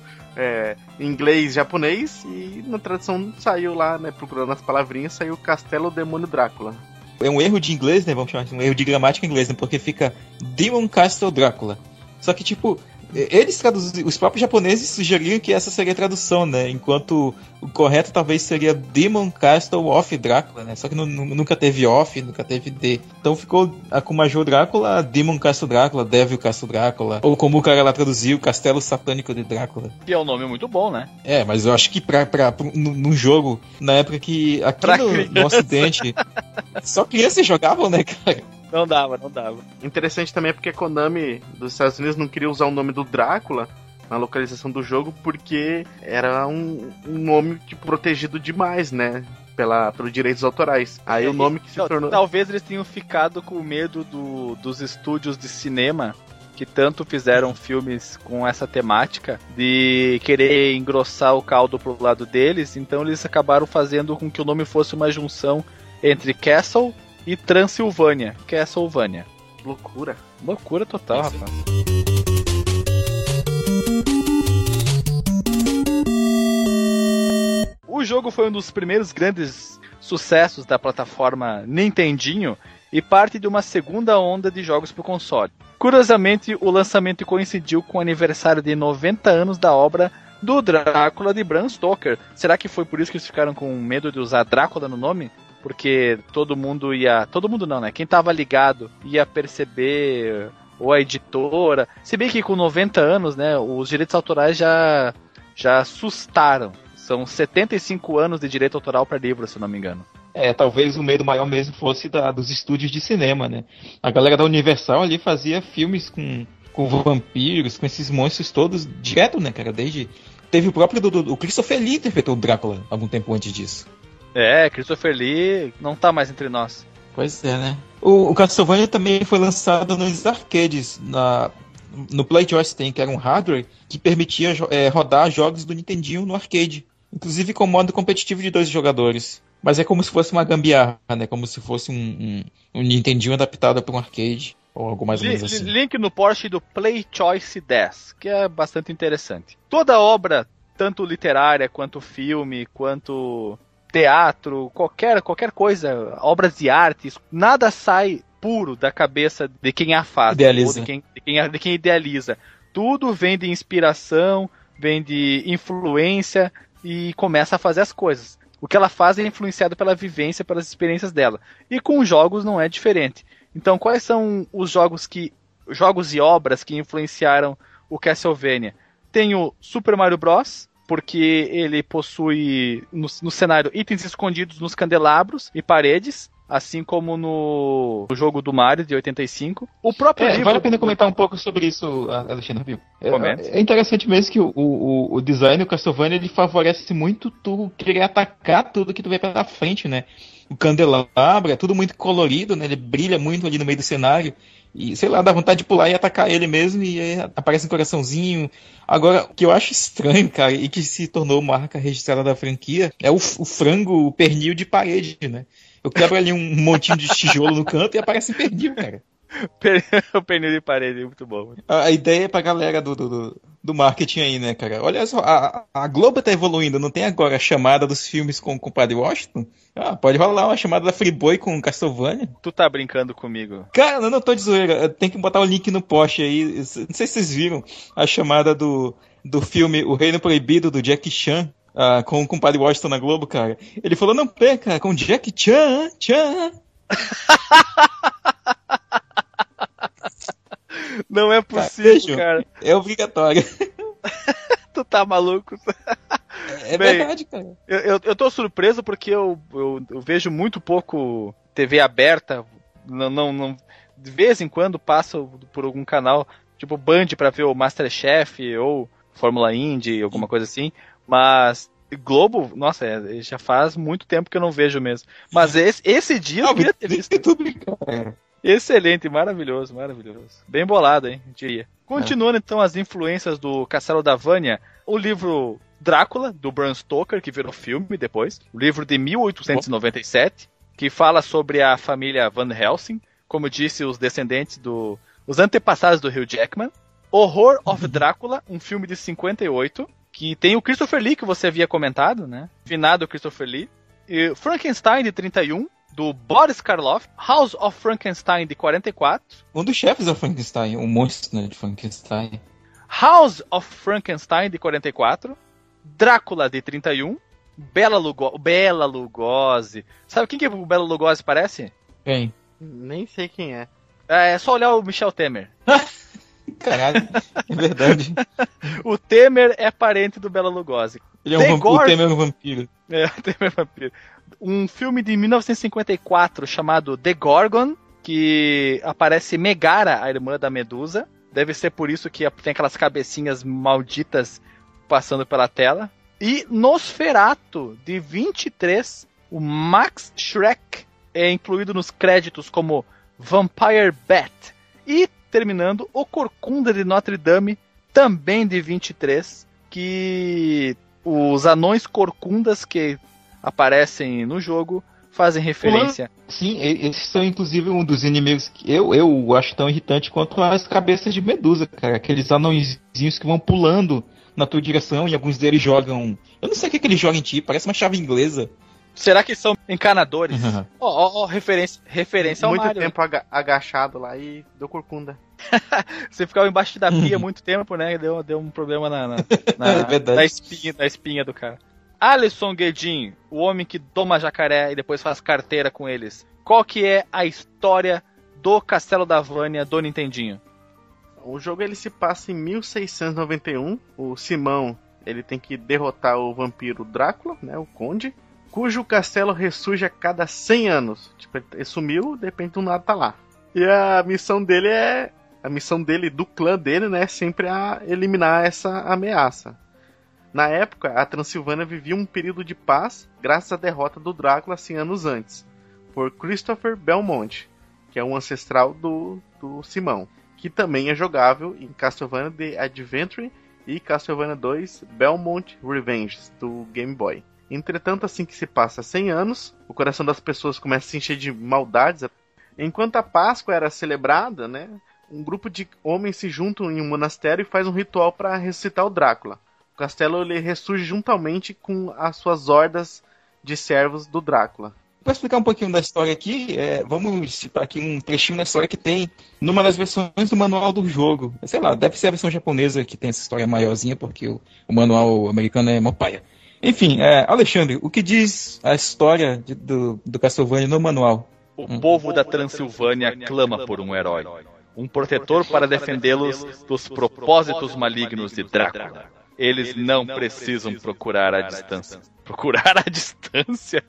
inglês japonês e na tradução saiu lá, né? Procurando as palavrinhas, saiu Castelo Demônio Drácula. É um erro de inglês, né? Vamos chamar de um erro de gramática em inglês, né? Porque fica Demon Castle Drácula. Só que, tipo, eles traduziram, os próprios japoneses sugeriram que essa seria a tradução, né? Enquanto o correto talvez seria Demon Castle of Drácula, né? Só que nunca teve off, nunca teve D. Então ficou Akumaju Drácula, Demon Castle Drácula, Devil Castle Drácula, ou como o cara lá traduziu, Castelo Satânico de Drácula. Que é um nome muito bom, né? É, mas eu acho que num jogo, na época que aqui no Ocidente, só crianças jogavam, né, cara? Não dava. Interessante também é porque a Konami dos Estados Unidos não queria usar o nome do Drácula na localização do jogo porque era um nome tipo, protegido demais, né? Pelos direitos autorais. Aí o nome que se tornou... Talvez eles tenham ficado com medo dos estúdios de cinema que tanto fizeram filmes com essa temática de querer engrossar o caldo pro lado deles, então eles acabaram fazendo com que o nome fosse uma junção entre Castle e Transilvânia, Castlevania. Loucura. Loucura total, rapaz. O jogo foi um dos primeiros grandes sucessos da plataforma Nintendinho e parte de uma segunda onda de jogos para o console. Curiosamente, o lançamento coincidiu com o aniversário de 90 anos da obra do Drácula de Bram Stoker. Será que foi por isso que eles ficaram com medo de usar Drácula no nome? Porque todo mundo não, né? Quem tava ligado ia perceber, ou a editora. Se bem que com 90 anos, né? Os direitos autorais já assustaram. São 75 anos de direito autoral para livro, se não me engano. Talvez o medo maior mesmo fosse dos estúdios de cinema, né? A galera da Universal ali fazia filmes com vampiros, com esses monstros todos direto, né, cara? Teve o próprio o Christopher Lee interpretou o Drácula algum tempo antes disso. Christopher Lee não tá mais entre nós. Pois é, né? O Castlevania também foi lançado nos arcades, no Play Joystick, que era um hardware que permitia rodar jogos do Nintendinho no arcade. Inclusive com modo competitivo de 2 jogadores. Mas é como se fosse uma gambiarra, né? Como se fosse um Nintendinho adaptado para um arcade. Ou algo mais ou menos assim. Link no Porsche do Play Choice 10, que é bastante interessante. Toda obra, tanto literária, quanto filme, quanto teatro, qualquer coisa, obras de arte, nada sai puro da cabeça de quem a faz, idealiza. Ou de quem idealiza. Tudo vem de inspiração, vem de influência e começa a fazer as coisas. O que ela faz é influenciado pela vivência, pelas experiências dela. E com jogos não é diferente. Então, quais são os jogos e obras que influenciaram o Castlevania? Tem o Super Mario Bros., porque ele possui no cenário itens escondidos nos candelabros e paredes, assim como no jogo do Mario de 85. O próprio livro... Vale a pena comentar um pouco sobre isso, Alexandre. É interessante mesmo que o design do Castlevania ele favorece muito tu querer atacar tudo que tu vê pela frente, né? O candelabro é tudo muito colorido, né? Ele brilha muito ali no meio do cenário. E, sei lá, dá vontade de pular e atacar ele mesmo, e aí aparece um coraçãozinho. Agora, o que eu acho estranho, cara, e que se tornou marca registrada da franquia, é o frango, o pernil de parede, né? Eu quebro ali um montinho de tijolo no canto e aparece um pernil, cara. O pernil de parede, muito bom. A ideia é pra galera do marketing aí, né, cara? Olha só, a Globo tá evoluindo, não tem agora a chamada dos filmes com o compadre Washington? Ah, pode rolar uma chamada da Friboi com Castlevania. Tu tá brincando comigo? Cara, eu não tô de zoeira, tem que botar o link no post aí. Não sei se vocês viram a chamada do filme O Reino Proibido, do Jackie Chan. Com o compadre Washington na Globo, cara. Ele falou, não perca, com Jackie Chan. Não é possível, cara. É obrigatório. Tu tá maluco? É verdade, cara. Eu tô surpreso porque eu vejo muito pouco TV aberta. Não, de vez em quando passo por algum canal, tipo Band, pra ver o MasterChef ou Fórmula Indy, alguma coisa assim. Mas Globo, nossa, já faz muito tempo que eu não vejo mesmo. Mas esse dia eu queria ter visto. Excelente, maravilhoso. Bem bolado, hein, diria. Continuando então as influências do Castelo da Vânia, o livro Drácula, do Bram Stoker, que virou filme depois. O livro de 1897, que fala sobre a família Van Helsing, como disse, os descendentes os antepassados do Hugh Jackman. Horror of Drácula, um filme de 58, que tem o Christopher Lee, que você havia comentado, né? Finado Christopher Lee. E Frankenstein, de 31, do Boris Karloff. House of Frankenstein, de 44. Um dos chefes é Frankenstein, o monstro, né, de Frankenstein. House of Frankenstein, de 44. Drácula, de 31. Bela Lugosi. Sabe quem que o Bela Lugosi parece? Quem? Nem sei quem é. É só olhar o Michel Temer. Caralho, é verdade. O Temer é parente do Bela Lugosi. Ele é o Temer é um vampiro. É, o Temer é um vampiro. Um filme de 1954 chamado The Gorgon, que aparece Megara, a irmã da Medusa. Deve ser por isso que tem aquelas cabecinhas malditas passando pela tela. E Nosferatu, de 23, o Max Schreck é incluído nos créditos como Vampire Bat. E terminando, o Corcunda de Notre Dame, também de 23, que os anões corcundas que aparecem no jogo fazem referência. Sim, esses são inclusive um dos inimigos que eu acho tão irritante quanto as cabeças de Medusa, cara. Aqueles anõezinhos que vão pulando na tua direção e alguns deles jogam... Eu não sei o que eles jogam em ti, parece uma chave inglesa. Será que são encanadores? Referência ao muito Mario. Muito tempo agachado lá e deu corcunda. Você ficava embaixo da pia muito tempo, né? Deu um problema na espinha do cara. Alisson Guedin, o homem que doma jacaré e depois faz carteira com eles. Qual que é a história do Castelo da Vânia do Nintendinho? O jogo ele se passa em 1691. O Simão ele tem que derrotar o vampiro Drácula, né, o Conde, cujo castelo ressurge a cada 100 anos. Tipo, ele sumiu, de repente do nada tá lá. E a missão dele do clã dele, né, é sempre a eliminar essa ameaça. Na época, a Transilvânia vivia um período de paz graças à derrota do Drácula 100 anos antes, por Christopher Belmont, que é um ancestral do Simão, que também é jogável em Castlevania The Adventure e Castlevania 2 Belmont Revenge, do Game Boy. Entretanto, assim que se passa 100 anos, o coração das pessoas começa a se encher de maldades. Enquanto a Páscoa era celebrada, né, um grupo de homens se juntam em um monastério e faz um ritual para ressuscitar o Drácula. O castelo ele ressurge juntamente com as suas hordas de servos do Drácula. Para explicar um pouquinho da história aqui, vamos citar aqui um trechinho da história que tem numa das versões do manual do jogo. Sei lá, deve ser a versão japonesa que tem essa história maiorzinha, porque o manual americano é mó paia. Enfim, Alexandre, o que diz a história do Castlevania no manual? O povo da Transilvânia clama por um herói, um protetor para defendê-los dos propósitos malignos de Drácula. Eles não precisam procurar a distância. Procurar a distância?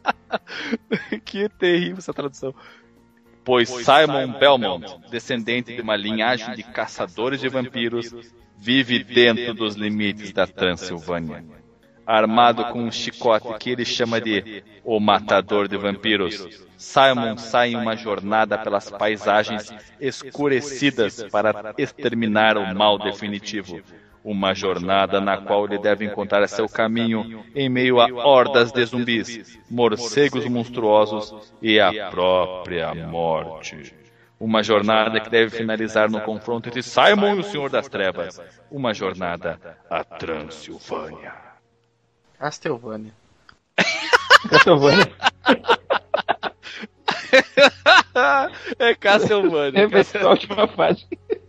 Que terrível essa tradução. Pois Simon Belmont, descendente de uma linhagem de caçadores de vampiros, vive dentro dos limites da Transilvânia. Armado com um chicote que ele chama de O Matador de Vampiros, Simon sai em uma jornada pelas paisagens escurecidas para exterminar o mal definitivo. Uma jornada na qual ele deve encontrar seu caminho em meio a hordas de zumbis, morcegos monstruosos e a própria morte. Uma jornada que deve finalizar no confronto entre Simon e o Senhor das Trevas. Uma jornada à Transilvânia. Castlevania. Castlevania. É Castlevania. É a última fase.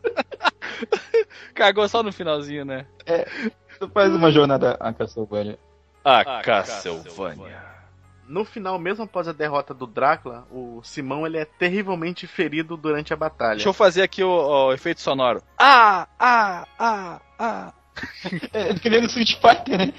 Cagou só no finalzinho, né? Tu faz uma jornada a Castlevania. A Castlevania. No final, mesmo após a derrota do Drácula, o Simão ele é terrivelmente ferido durante a batalha. Deixa eu fazer aqui o efeito sonoro. É que nem no Street Fighter, né?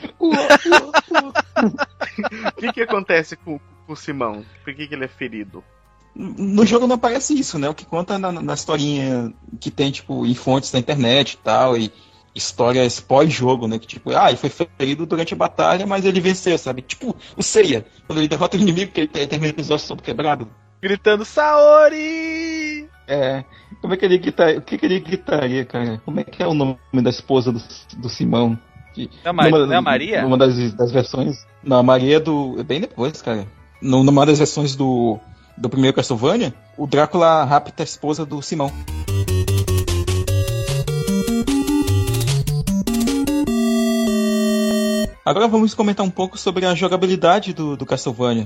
O que acontece com o Simão? Por que ele é ferido? No jogo não aparece isso, né? O que conta na historinha que tem, tipo, em fontes da internet e tal, e histórias pós-jogo, né? Que tipo, ele foi ferido durante a batalha, mas ele venceu, sabe? Tipo, o Seiya, quando ele derrota o inimigo, que ele termina com os ossos todo quebrado. Gritando, Saori! Como é que ele gritaria? O que ele gritaria, cara? Como é que é o nome da esposa do Simão? Não é a Maria? Numa das versões. Não, a Maria é bem depois, cara. Numa das versões do primeiro Castlevania, o Drácula rapta a esposa do Simão. Agora vamos comentar um pouco sobre a jogabilidade do Castlevania.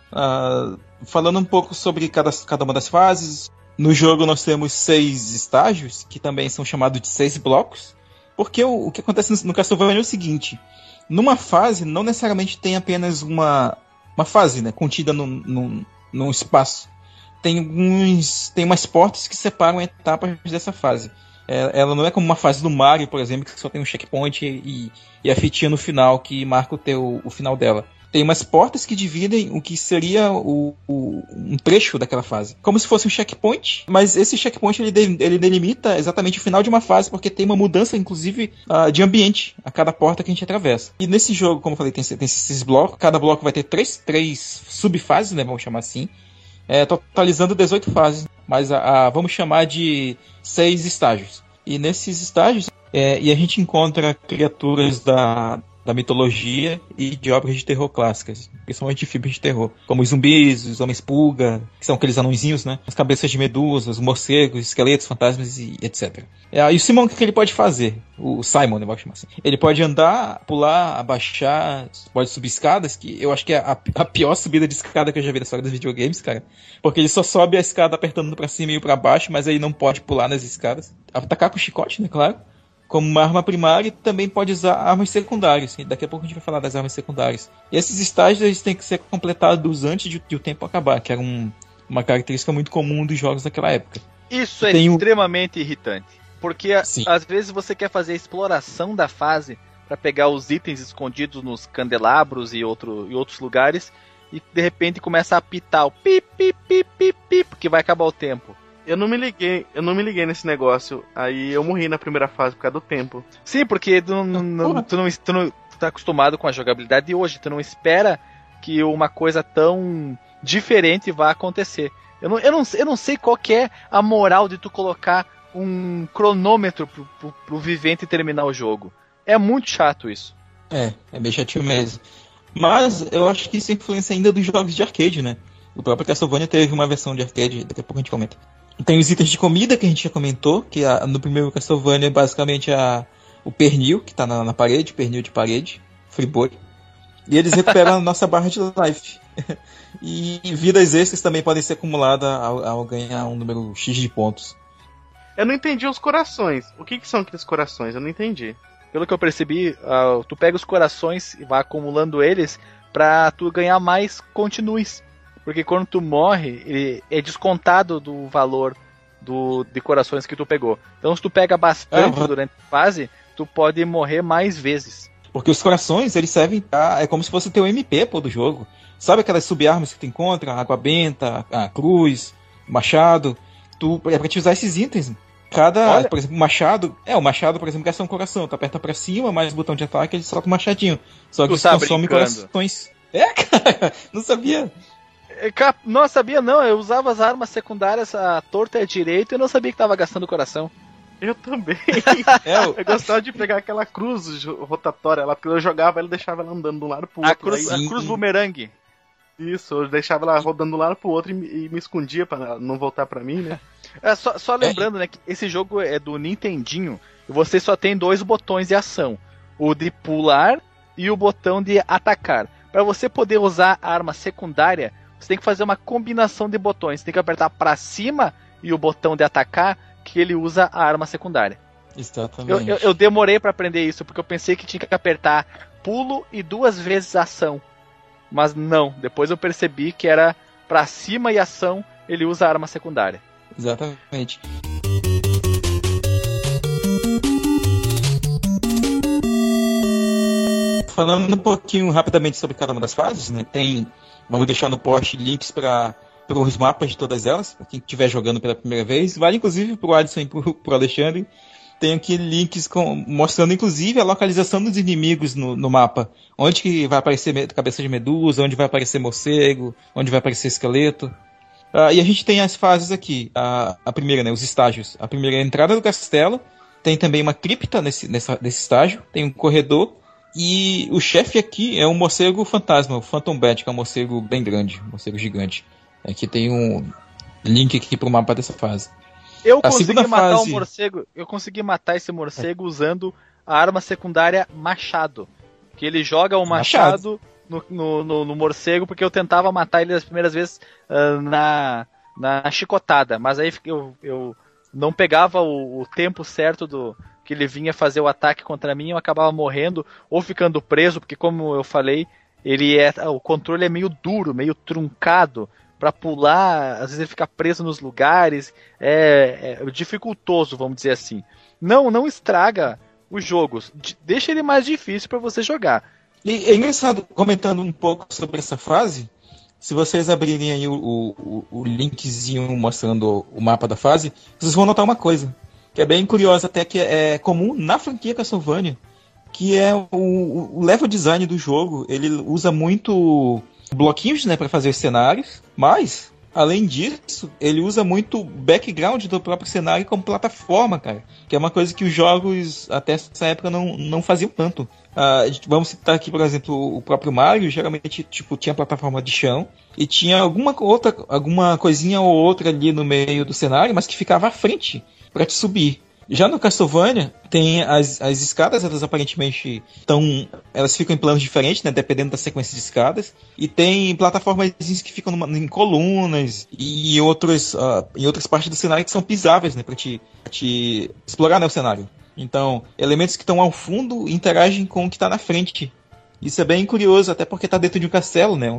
Falando um pouco sobre cada uma das fases. No jogo nós temos 6 estágios, que também são chamados de 6 blocos. Porque o que acontece no Castlevania é o seguinte. Numa fase, não necessariamente tem apenas uma fase, né, contida num espaço. Tem umas portas que separam etapas dessa fase. Ela não é como uma fase do Mario, por exemplo, que só tem um checkpoint e a fitinha no final que marca o final dela. Tem umas portas que dividem o que seria um trecho daquela fase. Como se fosse um checkpoint, mas esse checkpoint ele delimita exatamente o final de uma fase, porque tem uma mudança, inclusive, de ambiente a cada porta que a gente atravessa. E nesse jogo, como eu falei, tem esses blocos. Cada bloco vai ter três subfases, né, vamos chamar assim. Totalizando 18 fases, mas vamos chamar de 6 estágios. E nesses estágios, e a gente encontra criaturas da mitologia e de obras de terror clássicas, principalmente de filmes de terror, como os zumbis, os homens-pulga, que são aqueles anõezinhos, né? As cabeças de medusas, morcegos, esqueletos, fantasmas e etc. E o Simon, o que ele pode fazer? O Simon, né, vou chamar assim. Ele pode andar, pular, abaixar, pode subir escadas, que eu acho que é a pior subida de escada que eu já vi da história dos videogames, cara. Porque ele só sobe a escada apertando pra cima e pra baixo, mas aí não pode pular nas escadas. Atacar com chicote, né, claro. Como uma arma primária, e também pode usar armas secundárias. E daqui a pouco a gente vai falar das armas secundárias. E esses estágios eles têm que ser completados antes de o tempo acabar, que era uma característica muito comum dos jogos daquela época. Isso é extremamente irritante. Porque às vezes você quer fazer a exploração da fase para pegar os itens escondidos nos candelabros e outros lugares, e de repente começa a apitar o pip, pip, pip, pip, pip, porque vai acabar o tempo. Eu não me liguei nesse negócio. Aí eu morri na primeira fase por causa do tempo. Sim, porque tu não tá acostumado com a jogabilidade de hoje. Tu não espera que uma coisa tão diferente vá acontecer. Eu não sei qual que é a moral de tu colocar um cronômetro pro vivente terminar o jogo. É muito chato isso. É bem chatinho mesmo. Mas eu acho que isso influencia ainda dos jogos de arcade, né? O próprio Castlevania teve uma versão de arcade, daqui a pouco a gente comenta. Tem os itens de comida que a gente já comentou, que no primeiro Castlevania é basicamente o pernil, que tá na parede, pernil de parede, Friboi. E eles recuperam a nossa barra de life. E vidas extras também podem ser acumuladas ao ganhar um número X de pontos. Eu não entendi os corações. O que são aqueles corações? Eu não entendi. Pelo que eu percebi, tu pega os corações e vai acumulando eles pra tu ganhar mais continues. Porque quando tu morre, é descontado do valor de corações que tu pegou. Então se tu pega bastante durante a fase, tu pode morrer mais vezes. Porque os corações, eles servem é como se fosse o teu MP do jogo. Sabe aquelas sub-armas que tu encontra? A água benta, a cruz, machado. É pra te usar esses itens. Por exemplo, o machado, por exemplo, gasta um coração. Tu aperta pra cima, mais o botão de ataque, ele solta um machadinho. Só que isso consome corações. Cara, não sabia. Não sabia não, eu usava as armas secundárias à torta e à direita e eu não sabia que tava gastando coração. Eu também. Eu gostava de pegar aquela cruz rotatória lá, porque eu jogava ela e deixava ela andando de um lado pro outro. A cruz bumerangue. Isso, eu deixava ela rodando de um lado pro outro e me escondia pra não voltar pra mim, né? Só lembrando, né, que esse jogo é do Nintendinho e você só tem 2 botões de ação. O de pular e o botão de atacar. Para você poder usar a arma secundária, você tem que fazer uma combinação de botões. Você tem que apertar para cima e o botão de atacar, que ele usa a arma secundária. Exatamente. Eu demorei para aprender isso, porque eu pensei que tinha que apertar pulo e 2 vezes ação. Mas não, depois eu percebi que era para cima e ação, ele usa a arma secundária. Exatamente. Falando um pouquinho rapidamente sobre cada uma das fases, né? Vamos deixar no post links para os mapas de todas elas, para quem estiver jogando pela primeira vez. Vale inclusive para o Adson e para o Alexandre. Tem aqui links mostrando inclusive a localização dos inimigos no mapa. Onde que vai aparecer cabeça de medusa, onde vai aparecer morcego, onde vai aparecer esqueleto. E a gente tem as fases aqui. A primeira, né, os estágios. A primeira é a entrada do castelo. Tem também uma cripta nesse estágio. Tem um corredor. E o chefe aqui é um morcego fantasma, o Phantom Bat, que é um morcego bem grande, um morcego gigante. Aqui tem um link aqui pro mapa dessa fase. Eu consegui matar esse morcego usando a arma secundária machado. Que ele joga o machado no morcego, porque eu tentava matar ele as primeiras vezes na chicotada. Mas aí eu não pegava o tempo certo que ele vinha fazer o ataque contra mim, eu acabava morrendo ou ficando preso, porque como eu falei, o controle é meio duro, meio truncado. Pra pular, às vezes ele fica preso nos lugares, é dificultoso, vamos dizer assim. Não estraga os jogos, deixa ele mais difícil para você jogar. E é engraçado, comentando um pouco sobre essa fase, se vocês abrirem aí o linkzinho mostrando o mapa da fase, vocês vão notar uma coisa, que é bem curiosa, até que é comum na franquia Castlevania, que é o level design do jogo. Ele usa muito bloquinhos, né, para fazer os cenários, mas além disso, ele usa muito background do próprio cenário como plataforma, cara, que é uma coisa que os jogos até essa época não faziam tanto. Vamos citar aqui, por exemplo, o próprio Mario. Geralmente tinha plataforma de chão e tinha alguma coisinha ou outra ali no meio do cenário, mas que ficava à frente para te subir. Já no Castlevania, tem as escadas, elas aparentemente elas ficam em planos diferentes, né, dependendo da sequência de escadas. E tem plataformas que ficam em colunas e em outras partes do cenário que são pisáveis, né, para te explorar, né, o cenário. Então, elementos que estão ao fundo interagem com o que está na frente. Isso é bem curioso, até porque está dentro de um castelo, né,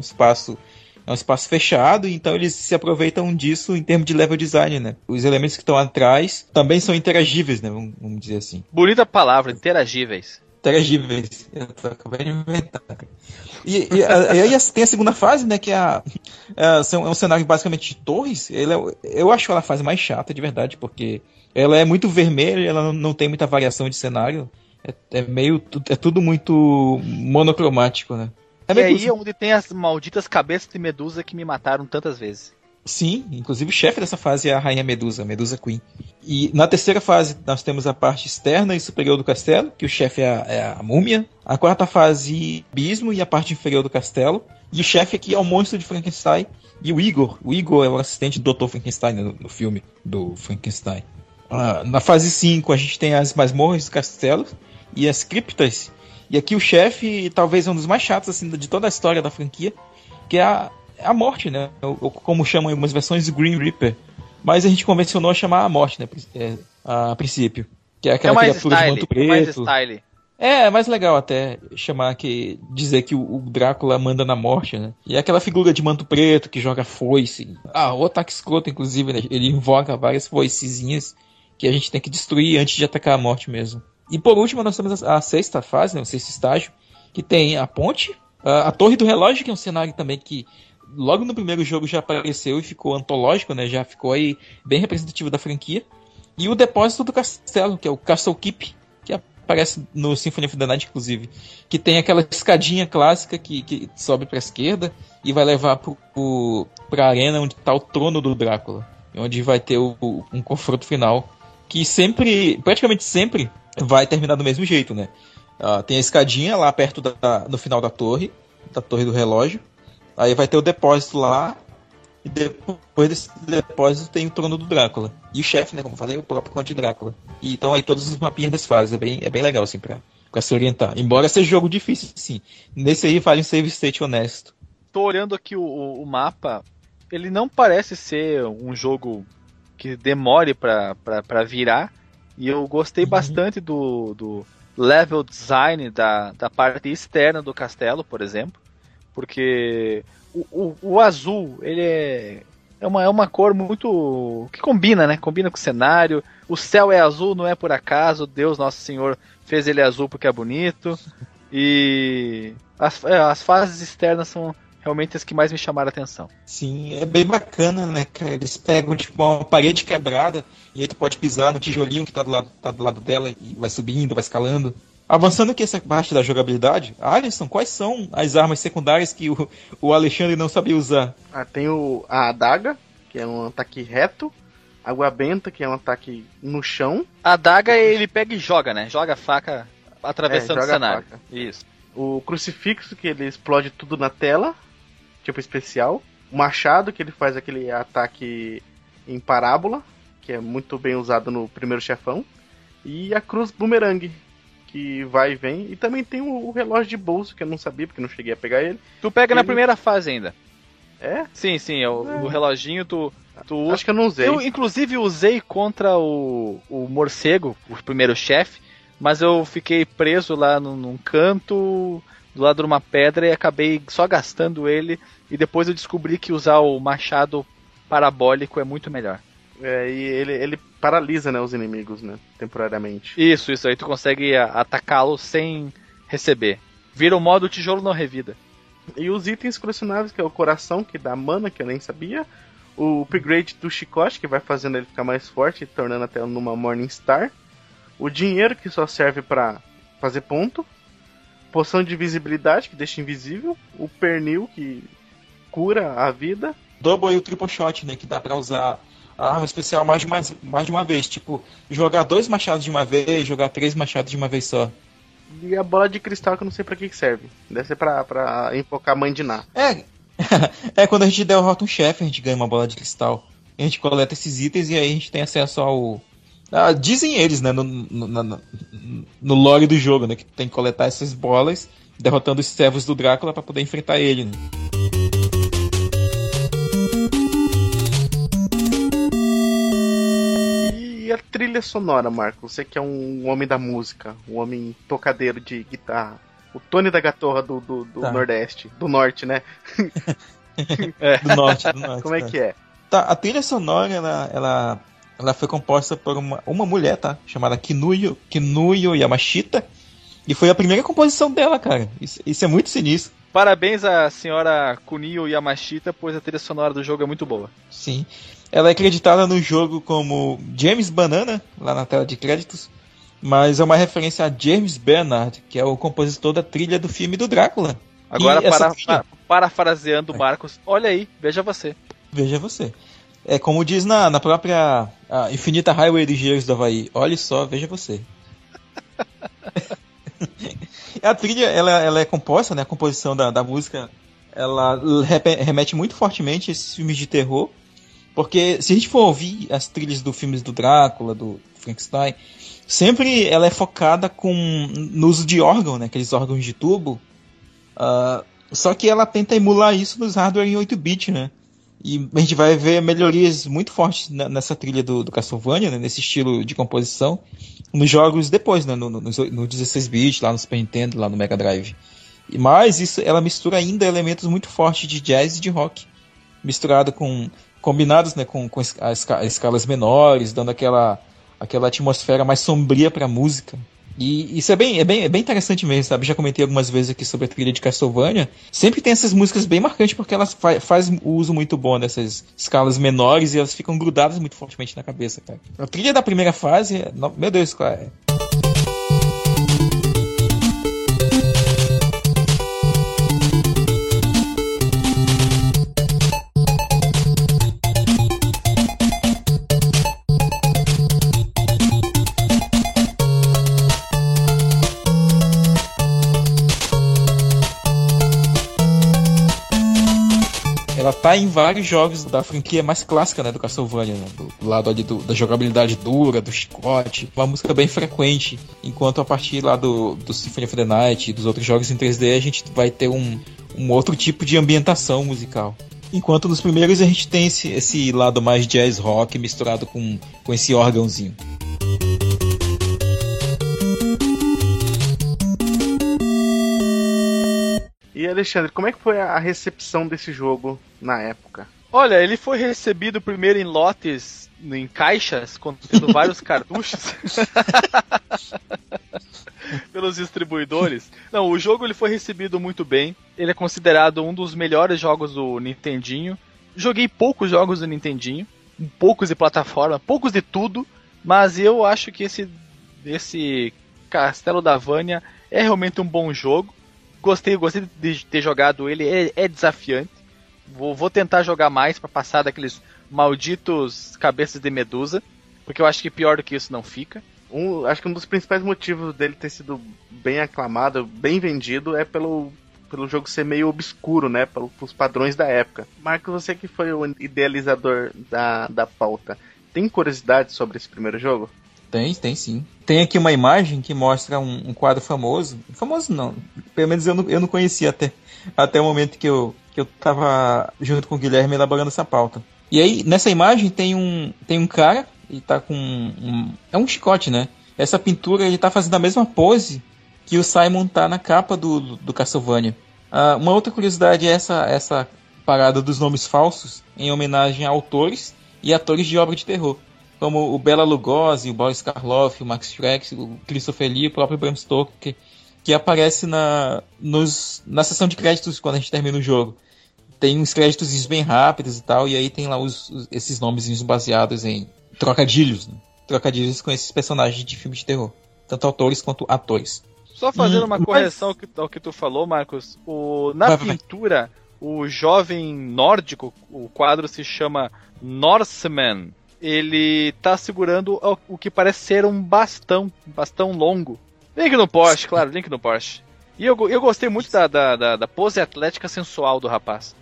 é um espaço fechado, então eles se aproveitam disso em termos de level design, né? Os elementos que estão atrás também são interagíveis, né? Vamos dizer assim. Bonita palavra, interagíveis. Interagíveis. Eu acabei de inventar. E aí tem a segunda fase, né? Que é um cenário basicamente de torres. Eu acho ela a fase mais chata, de verdade, porque ela é muito vermelha, ela não tem muita variação de cenário. É tudo muito monocromático, né? E aí é onde tem as malditas cabeças de medusa que me mataram tantas vezes. Sim, inclusive o chefe dessa fase é a Rainha Medusa, Medusa Queen. E na terceira fase nós temos a parte externa e superior do castelo, que o chefe é a múmia. A quarta fase, abismo e a parte inferior do castelo. E o chefe aqui é o monstro de Frankenstein e o Igor. O Igor é o assistente do Dr. Frankenstein no filme do Frankenstein. Na fase 5 a gente tem as masmorras do castelo e as criptas. E aqui o chefe, talvez um dos mais chatos assim, de toda a história da franquia, que é a morte, né? Ou como chamam em algumas versões, o Green Reaper. Mas a gente convencionou a chamar a morte, né? A princípio. Que é aquela criatura de manto preto. Mais style. É mais legal até dizer que o Drácula manda na morte, né? E é aquela figura de manto preto que joga foice. O ataque escroto, inclusive, né? Ele invoca várias foicezinhas que a gente tem que destruir antes de atacar a morte mesmo. E por último nós temos a sexta fase, né, o sexto estágio, que tem a ponte, a torre do relógio, que é um cenário também que logo no primeiro jogo já apareceu e ficou antológico, né, já ficou aí bem representativo da franquia, e o depósito do castelo, que é o Castle Keep, que aparece no Symphony of the Night, inclusive, que tem aquela escadinha clássica que sobe para a esquerda e vai levar para a arena onde está o trono do Drácula, onde vai ter um confronto final, que praticamente sempre vai terminar do mesmo jeito, né? Tem a escadinha lá perto no final da torre do relógio. Aí vai ter o depósito lá, e depois desse depósito tem o trono do Drácula. E o chefe, né, como eu falei, o próprio Conde Drácula. E então aí todos os mapinhas das fases, é bem legal, assim, pra se orientar. Embora seja jogo difícil, sim. Nesse aí vale um save state honesto. Tô olhando aqui o mapa, ele não parece ser um jogo que demore pra virar, e eu gostei bastante do level design da parte externa do castelo, por exemplo, porque o azul, ele é uma cor muito que combina, né? Combina com o cenário. O céu é azul, não é por acaso. Deus Nosso Senhor fez ele azul porque é bonito. E as fases externas são realmente as que mais me chamaram a atenção. Sim, é bem bacana, né, cara? Eles pegam tipo uma parede quebrada e aí tu pode pisar no tijolinho que tá do lado dela e vai subindo, vai escalando. Avançando aqui essa parte da jogabilidade, Alisson, quais são as armas secundárias que o Alexandre não sabia usar? Tem a adaga, que é um ataque reto. A água benta, que é um ataque no chão. A adaga ele pega e joga, né? Joga a faca atravessando o cenário. Isso. O crucifixo, que ele explode tudo na tela, tipo especial. O machado, que ele faz aquele ataque em parábola, que é muito bem usado no primeiro chefão. E a cruz boomerang, que vai e vem. E também tem o relógio de bolso, que eu não sabia, porque não cheguei a pegar ele. Tu pega na primeira fase ainda. É? Sim, o reloginho tu usa. Acho que eu não usei. Eu, inclusive, usei contra o morcego, o primeiro chefe, mas eu fiquei preso lá num canto, do lado de uma pedra, e acabei só gastando ele, e depois eu descobri que usar o machado parabólico é muito melhor. E ele paralisa, né, os inimigos, né, temporariamente. Isso, aí tu consegue atacá-lo sem receber. Vira o modo tijolo não revida. E os itens colecionáveis, que é o coração, que dá mana, que eu nem sabia. O upgrade do chicote, que vai fazendo ele ficar mais forte, tornando até numa Morningstar. O dinheiro, que só serve pra fazer ponto. Poção de visibilidade, que deixa invisível. O pernil, que cura a vida. Double e o triple shot, né, que dá pra usar a arma especial mais de uma vez. Tipo, jogar 2 machados de uma vez, jogar 3 machados de uma vez só. E a bola de cristal, que eu não sei pra que serve. Deve ser pra invocar a mãe de Ná. Quando a gente derrota um chefe, a gente ganha uma bola de cristal. A gente coleta esses itens e aí a gente tem acesso ao... dizem eles, né, no lore do jogo, né, que tem que coletar essas bolas, derrotando os servos do Drácula pra poder enfrentar ele, né? E a trilha sonora, Marco? Você que é um homem da música, um homem tocadeiro de guitarra. O Tony da Gatorra do Nordeste. Do Norte, né? Do norte. Como é que é? Tá, a trilha sonora, ela foi composta por uma mulher, tá? Chamada Kinuyo Yamashita. E foi a primeira composição dela, cara. Isso é muito sinistro. Parabéns à senhora Kunio Yamashita, pois a trilha sonora do jogo é muito boa. Sim. Ela é acreditada no jogo como James Banana, lá na tela de créditos. Mas é uma referência a James Bernard, que é o compositor da trilha do filme do Drácula. Agora, parafraseando o Marcos, olha aí, veja você. Veja você. É como diz na própria Infinita Highway dos Engenheiros do Havaí. Olha só, veja você. A trilha, ela é composta, né? A composição da música, ela remete muito fortemente a esses filmes de terror. Porque se a gente for ouvir as trilhas dos filmes do Drácula, do Frankenstein, sempre ela é focada no uso de órgão, né? Aqueles órgãos de tubo. Só que ela tenta emular isso nos hardware em 8-bit, né? E a gente vai ver melhorias muito fortes nessa trilha do Castlevania, né? Nesse estilo de composição, nos jogos depois, né? No 16-bit, lá no Super Nintendo, lá no Mega Drive. Mas ela mistura ainda elementos muito fortes de jazz e de rock, misturado combinados, né? com as escalas menores, dando aquela atmosfera mais sombria para a música. E isso é bem interessante mesmo, sabe? Já comentei algumas vezes aqui sobre a trilha de Castlevania. Sempre tem essas músicas bem marcantes porque elas fazem o uso muito bom dessas escalas menores e elas ficam grudadas muito fortemente na cabeça, cara. A trilha da primeira fase, meu Deus, cara. ela tá em vários jogos da franquia mais clássica, né, do Castlevania, né, do lado ali da jogabilidade dura, do chicote, uma música bem frequente, enquanto a partir lá do Symphony of the Night e dos outros jogos em 3D a gente vai ter um outro tipo de ambientação musical. Enquanto nos primeiros a gente tem esse lado mais jazz rock misturado com esse órgãozinho. E Alexandre, como é que foi a recepção desse jogo na época? Olha, ele foi recebido primeiro em lotes, em caixas, contendo vários cartuchos pelos distribuidores. Não, o jogo ele foi recebido muito bem. Ele é considerado um dos melhores jogos do Nintendinho. Joguei poucos jogos do Nintendinho, poucos de plataforma, poucos de tudo, mas eu acho que esse Castelo da Vânia é realmente um bom jogo. Gostei de ter jogado ele, é desafiante. Vou tentar jogar mais para passar daqueles malditos cabeças de medusa, porque eu acho que pior do que isso não fica. Acho que um dos principais motivos dele ter sido bem aclamado, bem vendido, é pelo jogo ser meio obscuro, né? Pelos padrões da época. Marcos, você que foi o idealizador da pauta, tem curiosidade sobre esse primeiro jogo? Tem sim. Tem aqui uma imagem que mostra um quadro famoso. Famoso não, pelo menos eu não conhecia até o momento que eu tava junto com o Guilherme elaborando essa pauta. E aí, nessa imagem tem um cara, ele tá com é um chicote, né? Essa pintura, ele tá fazendo a mesma pose que o Simon tá na capa do Castlevania. Uma outra curiosidade é essa parada dos nomes falsos em homenagem a autores e atores de obra de terror, como o Bela Lugosi, o Boris Karloff, o Max Schreck, o Christopher Lee, o próprio Bram Stoker, que aparece na seção de créditos quando a gente termina o jogo. Tem uns créditos bem rápidos e tal, e aí tem lá esses nomezinhos baseados em trocadilhos, né? Trocadilhos com esses personagens de filmes de terror, tanto autores quanto atores. Só fazendo uma correção ao que tu falou, Marcos, na pintura, o jovem nórdico, o quadro se chama Norseman. Ele tá segurando o que parece ser um bastão longo. Link no Porsche, claro, link no Porsche. E eu gostei muito da pose atlética sensual do rapaz.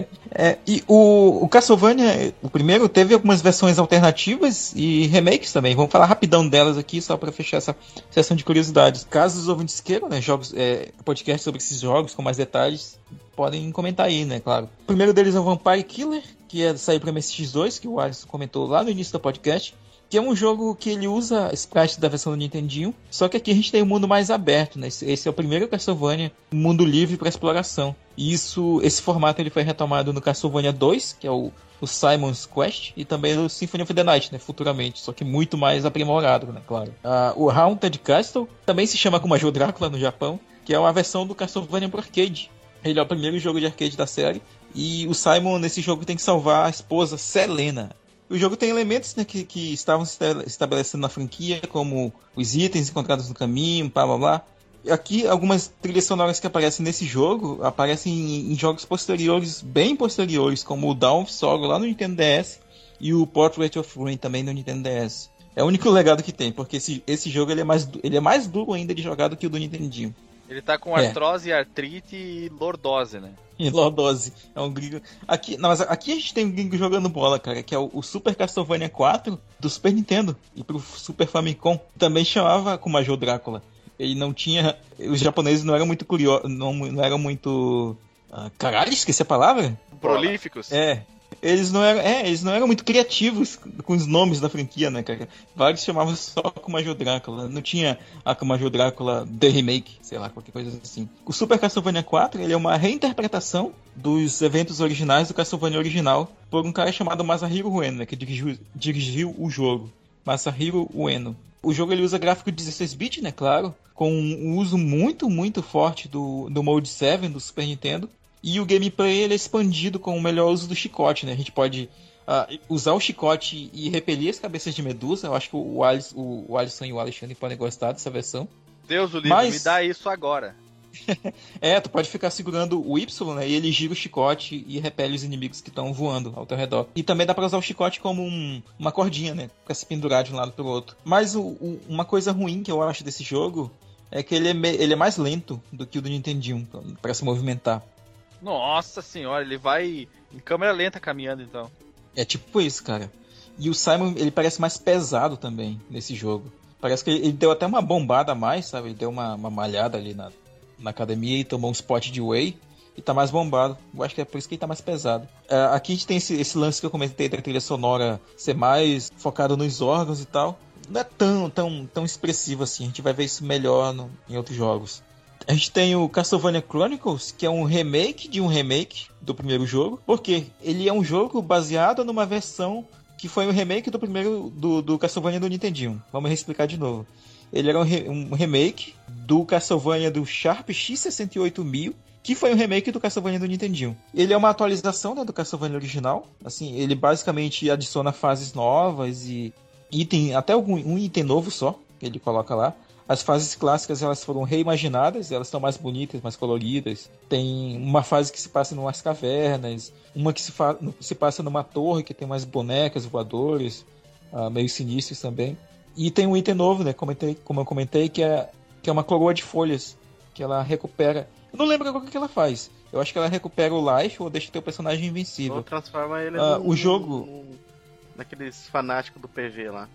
E o Castlevania, o primeiro, teve algumas versões alternativas e remakes também. Vamos falar rapidão delas aqui, só para fechar essa sessão de curiosidades. Caso os ouvintes queiram, né, podcast sobre esses jogos com mais detalhes, podem comentar aí, né, claro. O primeiro deles é o Vampire Killer, que saiu para MSX2, que o Alisson comentou lá no início do podcast, que é um jogo que ele usa sprite da versão do Nintendinho, só que aqui a gente tem um mundo mais aberto, né? Esse é o primeiro Castlevania, mundo livre para exploração. E esse formato ele foi retomado no Castlevania 2, que é o Simon's Quest, e também no Symphony of the Night, né, futuramente, só que muito mais aprimorado, né, claro. O Haunted Castle também se chama Kumajo Drácula no Japão, que é uma versão do Castlevania pro arcade. Ele é o primeiro jogo de arcade da série, e o Simon nesse jogo tem que salvar a esposa Selena. O jogo tem elementos, né, que estavam se estabelecendo na franquia, como os itens encontrados no caminho, blá blá blá. Aqui, algumas trilhas sonoras que aparecem nesse jogo aparecem em jogos posteriores, bem posteriores, como o Dawn of Sorrow lá no Nintendo DS e o Portrait of Ruin também no Nintendo DS. É o único legado que tem, porque esse jogo ele é mais duro ainda de jogar do que o do Nintendinho. Ele tá com artrose, artrite e lordose, né? E lordose. É um gringo. Mas aqui a gente tem um gringo jogando bola, cara, que é o Super Castlevania 4 do Super Nintendo e pro Super Famicom. Também chamava Kumajo Drácula. Ele não tinha... Os japoneses não eram muito curiosos, não eram muito... caralho, esqueci a palavra? Prolíficos. Eles não eram muito criativos com os nomes da franquia, né, cara? Vários chamavam só Kumajo Drácula. Não tinha a Kumajo Drácula The Remake, sei lá, qualquer coisa assim. O Super Castlevania 4, ele é uma reinterpretação dos eventos originais do Castlevania original por um cara chamado Masahiro Ueno, né, que dirigiu o jogo. Masahiro Ueno. O jogo ele usa gráfico de 16-bit, né, claro, com um uso muito, muito forte do Mode 7 do Super Nintendo. E o gameplay ele é expandido com o melhor uso do chicote, né? A gente pode usar o chicote e repelir as cabeças de medusa. Eu acho que o Alisson e o Alexandre podem gostar dessa versão. Deus o livre, me dá isso agora. Tu pode ficar segurando o Y, né? E ele gira o chicote e repele os inimigos que estão voando ao teu redor. E também dá pra usar o chicote como uma cordinha, né? Pra se pendurar de um lado pro outro. Mas uma coisa ruim que eu acho desse jogo é que ele é mais lento do que o do Nintendinho pra se movimentar. Nossa senhora, ele vai em câmera lenta caminhando, então. É tipo isso, cara. E o Simon, ele parece mais pesado também nesse jogo. Parece que ele deu até uma bombada a mais, sabe? Ele deu uma malhada ali na academia e tomou um spot de whey e tá mais bombado. Eu acho que é por isso que ele tá mais pesado. Aqui a gente tem esse lance que eu comentei da trilha sonora ser mais focado nos órgãos e tal. Não é tão expressivo assim. A gente vai ver isso melhor em outros jogos. A gente tem o Castlevania Chronicles, que é um remake de um remake do primeiro jogo. Porque ele é um jogo baseado numa versão que foi um remake do primeiro do Castlevania do Nintendinho. Vamos explicar de novo. Ele era um remake do Castlevania do Sharp X68000, que foi um remake do Castlevania do Nintendinho. Ele é uma atualização, né, do Castlevania original. Assim, ele basicamente adiciona fases novas e até um item novo só que ele coloca lá. As fases clássicas, elas foram reimaginadas, elas estão mais bonitas, mais coloridas. Tem uma fase que se passa em umas cavernas, uma que se passa numa torre que tem umas bonecas voadores, meio sinistros também. E tem um item novo, né, como eu comentei, que é uma coroa de folhas, que ela recupera. Eu não lembro agora o que ela faz. Eu acho que ela recupera o life ou deixa teu personagem invencível. Ou transforma ele o jogo naqueles fanáticos do PV lá.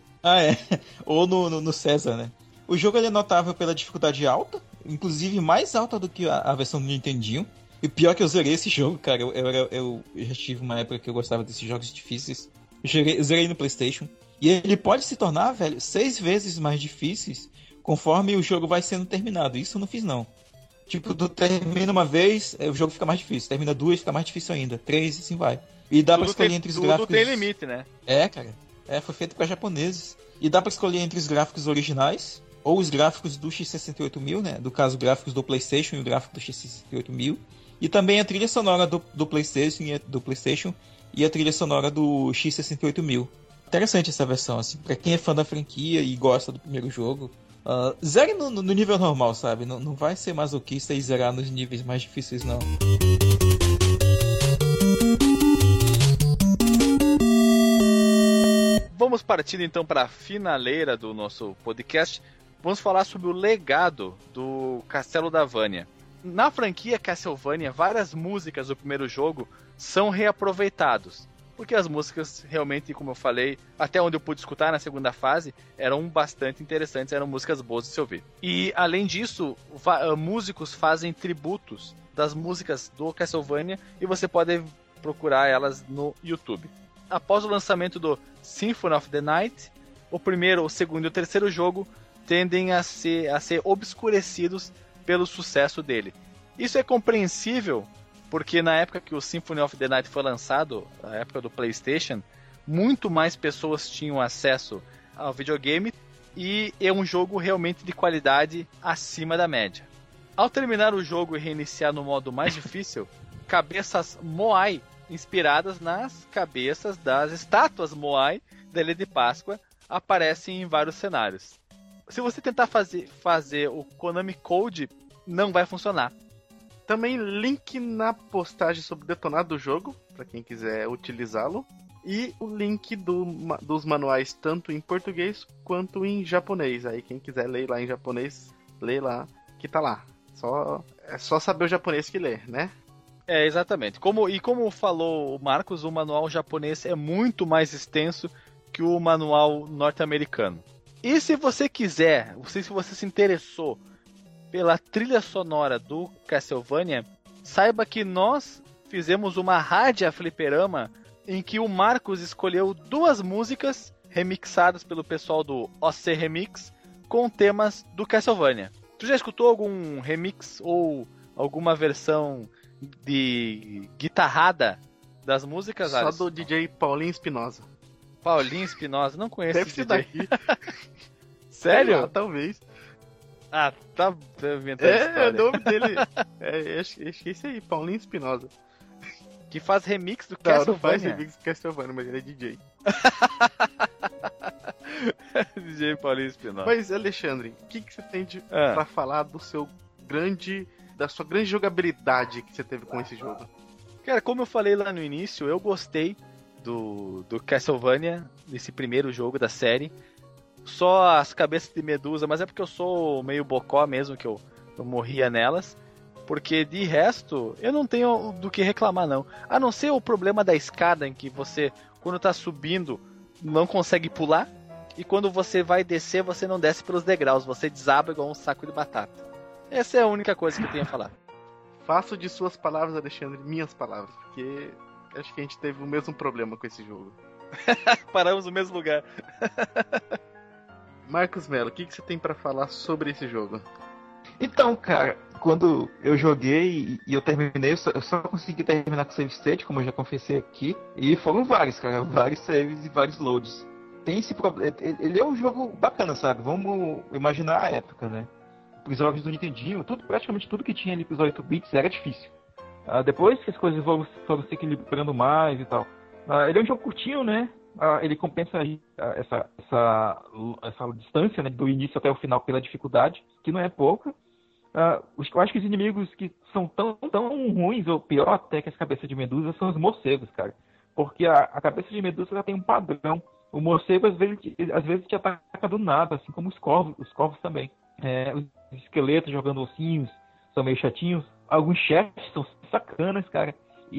Ou no César, né? O jogo ele é notável pela dificuldade alta, inclusive mais alta do que a versão do Nintendinho. E o pior é que eu zerei esse jogo, cara. Eu já tive uma época que eu gostava desses jogos difíceis. Eu zerei no PlayStation. E ele pode se tornar, velho, 6 vezes mais difíceis conforme o jogo vai sendo terminado. Isso eu não fiz, não. Tipo, tu termina uma vez, o jogo fica mais difícil. Termina 2, fica mais difícil ainda. 3, assim vai. E dá pra escolher entre os gráficos... Tudo tem limite, né? Cara. Foi feito pra japoneses. E dá pra escolher entre os gráficos originais ou os gráficos do X68000, né? Do caso, gráficos do PlayStation e o gráfico do X68000. E também a trilha sonora do PlayStation e a trilha sonora do X68000. Interessante essa versão, assim, pra quem é fã da franquia e gosta do primeiro jogo. Zere no nível normal, sabe? Não vai ser masoquista e zerar nos níveis mais difíceis, não. Vamos partir então para a finaleira do nosso podcast. Vamos falar sobre o legado do Castelo da Vânia. Na franquia Castlevania, várias músicas do primeiro jogo são reaproveitadas. Porque as músicas realmente, como eu falei, até onde eu pude escutar na segunda fase, eram bastante interessantes, eram músicas boas de se ouvir. E além disso, músicos fazem tributos das músicas do Castlevania e você pode procurar elas no YouTube. Após o lançamento do Symphony of the Night, o primeiro, o segundo e o terceiro jogo tendem a ser obscurecidos pelo sucesso dele. Isso é compreensível, porque na época que o Symphony of the Night foi lançado, na época do PlayStation, muito mais pessoas tinham acesso ao videogame e é um jogo realmente de qualidade acima da média. Ao terminar o jogo e reiniciar no modo mais difícil, cabeças Moai inspiradas nas cabeças das estátuas Moai da Ilha de Páscoa aparecem em vários cenários. Se você tentar fazer o Konami Code, não vai funcionar. Também link na postagem sobre o detonado do jogo, para quem quiser utilizá-lo. E o link dos manuais tanto em português quanto em japonês. Aí quem quiser ler lá em japonês, lê lá, que tá lá. É só saber o japonês que lê, né? Exatamente. Como falou o Marcos, o manual japonês é muito mais extenso que o manual norte-americano. E se você quiser, se você se interessou pela trilha sonora do Castlevania, saiba que nós fizemos uma rádio fliperama em que o Marcos escolheu 2 músicas remixadas pelo pessoal do OC Remix com temas do Castlevania. Tu já escutou algum remix ou alguma versão de guitarrada das músicas, Só Alisson? do DJ Paulinho Espinosa. Paulinho Espinosa, não conheço Deve esse ser DJ. daqui. Sério? Lá, talvez. Ah, tá inventando história. O nome dele. Acho que é esse aí, Paulinho Espinosa. Que faz remix do Não, Castlevania. não faz remix do Castlevania, mas ele é DJ. DJ Paulinho Espinosa. Mas, Alexandre, o que você tem pra falar da sua grande jogabilidade que você teve com esse jogo? Cara, como eu falei lá no início, eu gostei do Castlevania, desse primeiro jogo da série. Só as cabeças de Medusa, mas é porque eu sou meio bocó mesmo, que eu morria nelas. Porque de resto, eu não tenho do que reclamar não. A não ser o problema da escada, em que você, quando tá subindo, não consegue pular. E quando você vai descer, você não desce pelos degraus. Você desaba igual um saco de batata. Essa é a única coisa que eu tenho a falar. Faço de suas palavras, Alexandre, minhas palavras. Porque acho que a gente teve o mesmo problema com esse jogo. Paramos no mesmo lugar. Marcos Mello, o que você tem pra falar sobre esse jogo? Então, cara, quando eu joguei e eu terminei, eu só consegui terminar com save state, como eu já confessei aqui, e foram vários, cara, vários saves e vários loads. Tem esse problema, ele é um jogo bacana, sabe? Vamos imaginar a época, né? Os jogos do Nintendinho, praticamente tudo que tinha ali pros 8 bits era difícil. Depois que as coisas foram se equilibrando mais e tal. Ele é um jogo curtinho, né? Ele compensa essa distância, né, do início até o final pela dificuldade, que não é pouca. Eu acho que os inimigos que são tão ruins, ou pior até que as cabeças de medusa, são os morcegos, cara. Porque a cabeça de medusa já tem um padrão. O morcego às vezes te ataca do nada, assim como os corvos também. Os esqueletos jogando ossinhos são meio chatinhos. Alguns chefes são sacanas, cara.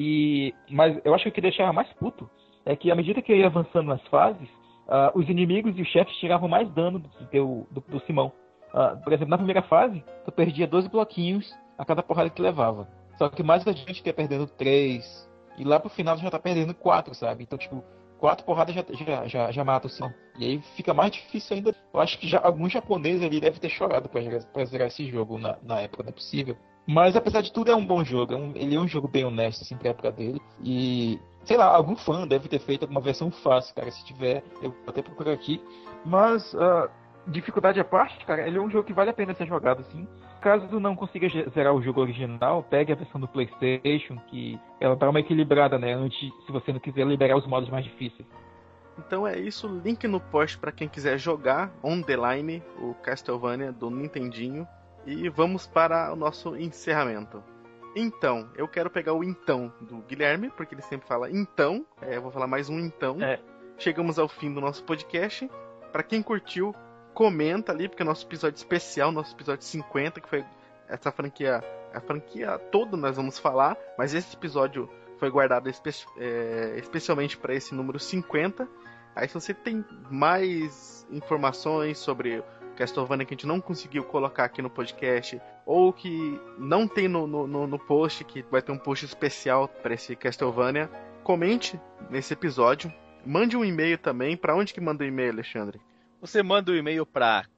Mas eu acho que o que deixava mais puto é que à medida que eu ia avançando nas fases, os inimigos e os chefes tiravam mais dano do Simão. Por exemplo, na primeira fase, tu perdia 12 bloquinhos a cada porrada que levava. Só que mais da gente ia perdendo 3, e lá pro final já tá perdendo 4, sabe? Então, tipo, 4 porradas já mata o Simão. E aí fica mais difícil ainda. Eu acho que algum japonês ali deve ter chorado pra zerar esse jogo na época, não é possível. Mas apesar de tudo é um bom jogo, ele é um jogo bem honesto, assim, pra época dele. E, sei lá, algum fã deve ter feito alguma versão fácil, cara. Se tiver, eu vou até procurar aqui. Mas, dificuldade à parte, cara, ele é um jogo que vale a pena ser jogado, assim. Caso tu não consiga zerar o jogo original, pegue a versão do PlayStation, que ela dá uma equilibrada, né? Antes, se você não quiser liberar os modos mais difíceis. Então é isso, link no post pra quem quiser jogar On The Line, o Castlevania do Nintendinho. E vamos para o nosso encerramento. Então, eu quero pegar o então do Guilherme, porque ele sempre fala então. Eu vou falar mais um então. Chegamos ao fim do nosso podcast. Para quem curtiu, comenta ali, porque é nosso episódio especial, nosso episódio 50, que foi essa franquia, a franquia toda nós vamos falar, mas esse episódio foi guardado especialmente para esse número 50. Aí se você tem mais informações sobre Castlevania que a gente não conseguiu colocar aqui no podcast, ou que não tem no post, que vai ter um post especial para esse Castlevania, comente nesse episódio. Mande um e-mail também. Para onde que manda o e-mail, Alexandre? Você manda o e-mail para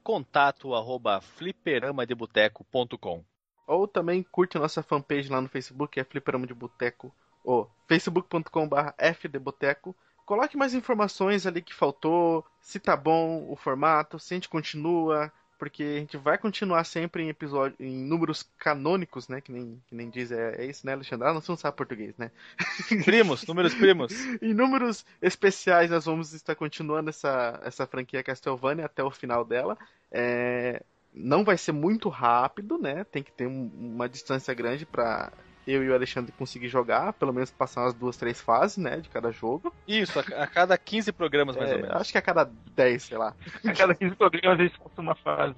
contato@fliperamadeboteco.com. Ou também curte a nossa fanpage lá no Facebook, que é Fliperama de Boteco, ou facebook.com/fdboteco. Coloque mais informações ali que faltou, se tá bom o formato, se a gente continua, porque a gente vai continuar sempre em números canônicos, né? Que nem diz, é isso, né, Alexandre? Você não sabe português, né? Números primos. Em números especiais nós vamos estar continuando essa franquia Castlevania até o final dela. Não vai ser muito rápido, né? Tem que ter uma distância grande pra eu e o Alexandre conseguir jogar, pelo menos passar umas 2, 3 fases, né, de cada jogo. Isso, a cada 15 programas mais ou menos. Acho que a cada 10, sei lá. A cada 15 programas eles passam uma fase.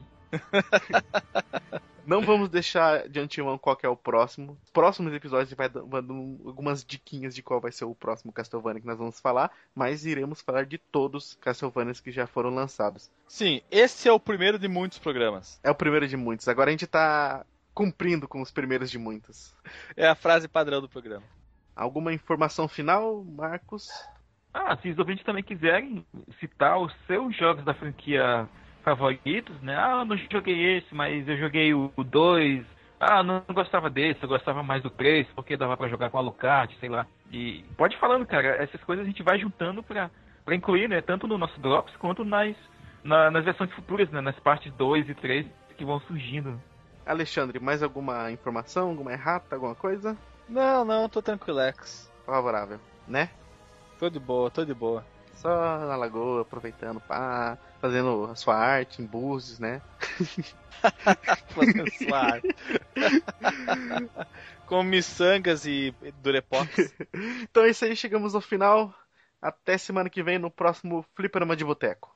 Não vamos deixar de antemão qual que é o próximo. Os próximos episódios vai dando algumas diquinhas de qual vai ser o próximo Castlevania que nós vamos falar, mas iremos falar de todos os Castlevanias que já foram lançados. Sim, esse é o primeiro de muitos programas. É o primeiro de muitos. Agora a gente tá cumprindo com os primeiros de muitos. É a frase padrão do programa. Alguma informação final, Marcos? Se os ouvintes também quiserem citar os seus jogos da franquia favoritos, né? Eu não joguei esse, mas eu joguei o 2. Não gostava desse, eu gostava mais do 3, porque dava pra jogar com a Alucard, sei lá. E pode ir falando, cara, essas coisas a gente vai juntando pra incluir, né? Tanto no nosso Drops quanto nas versões futuras, né? Nas partes 2 e 3 que vão surgindo. Alexandre, mais alguma informação, alguma errata, alguma coisa? Não, tô tranquilex. Favorável, né? Tô de boa. Só na lagoa, aproveitando, fazendo a sua arte em Búzios, né? Fazendo sua arte. Com miçangas e durepox. Então é isso aí, chegamos ao final. Até semana que vem no próximo Fliperama de Boteco.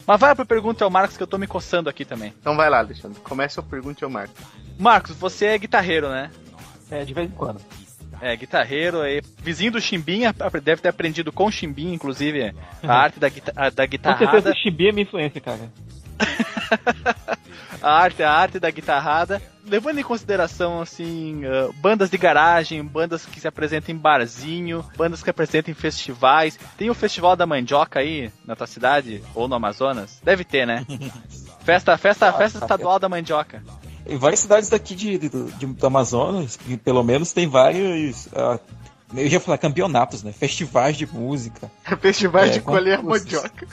Mas vai pra pergunta ao Marcos que eu tô me coçando aqui também. Então vai lá, Alexandre. Começa a pergunta ao Marcos. Marcos, você é guitarreiro, né? De vez em quando. É, guitarreiro, vizinho do Chimbinha, deve ter aprendido com o Chimbinha, inclusive, a arte da guitarrada. Com certeza o Chimbinha é minha influência, cara. a arte da guitarrada, levando em consideração, assim, bandas de garagem, bandas que se apresentam em barzinho, bandas que apresentam em festivais. Tem o Festival da Mandioca aí, na tua cidade, ou no Amazonas? Deve ter, né? Festa estadual da Mandioca. Em várias cidades daqui do Amazonas, pelo menos, tem vários... eu ia falar campeonatos, né? Festivais de música. Festivais de colher mandioca.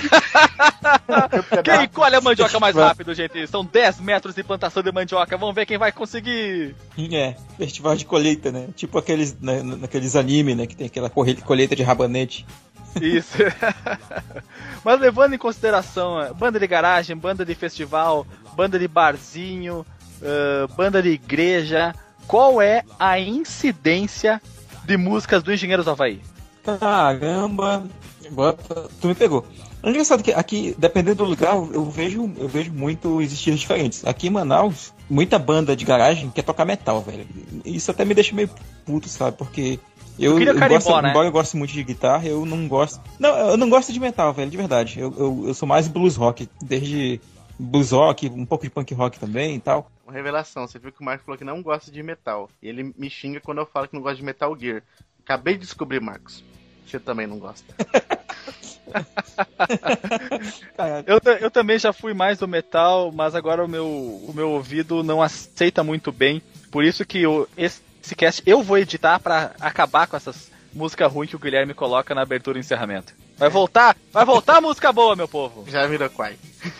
Quem colhe a mandioca mais rápido, gente? São 10 metros de plantação de mandioca. Vamos ver quem vai conseguir. Festival de colheita, né? Tipo naqueles anime, né? Que tem aquela colheita de rabanete. Isso. Mas levando em consideração banda de garagem, banda de festival, banda de barzinho, banda de igreja, qual é a incidência de músicas do Engenheiros do Havaí? Caramba, agora tu me pegou. É engraçado que aqui, dependendo do lugar, eu vejo muito os estilos diferentes. Aqui em Manaus, muita banda de garagem quer tocar metal, velho. Isso até me deixa meio puto, sabe? Porque embora eu goste muito de guitarra, eu não gosto. Não, eu não gosto de metal, velho, de verdade. Eu sou mais blues rock, desde blues rock, um pouco de punk rock também e tal. Uma revelação, você viu que o Marcos falou que não gosta de metal. E ele me xinga quando eu falo que não gosta de Metal Gear. Acabei de descobrir, Marcos. Você também não gosta. Eu também já fui mais do metal, mas agora o meu ouvido não aceita muito bem. Por isso que esse cast eu vou editar pra acabar com essas músicas ruins que o Guilherme coloca na abertura e encerramento. Vai voltar a música boa, meu povo. Já virou quai.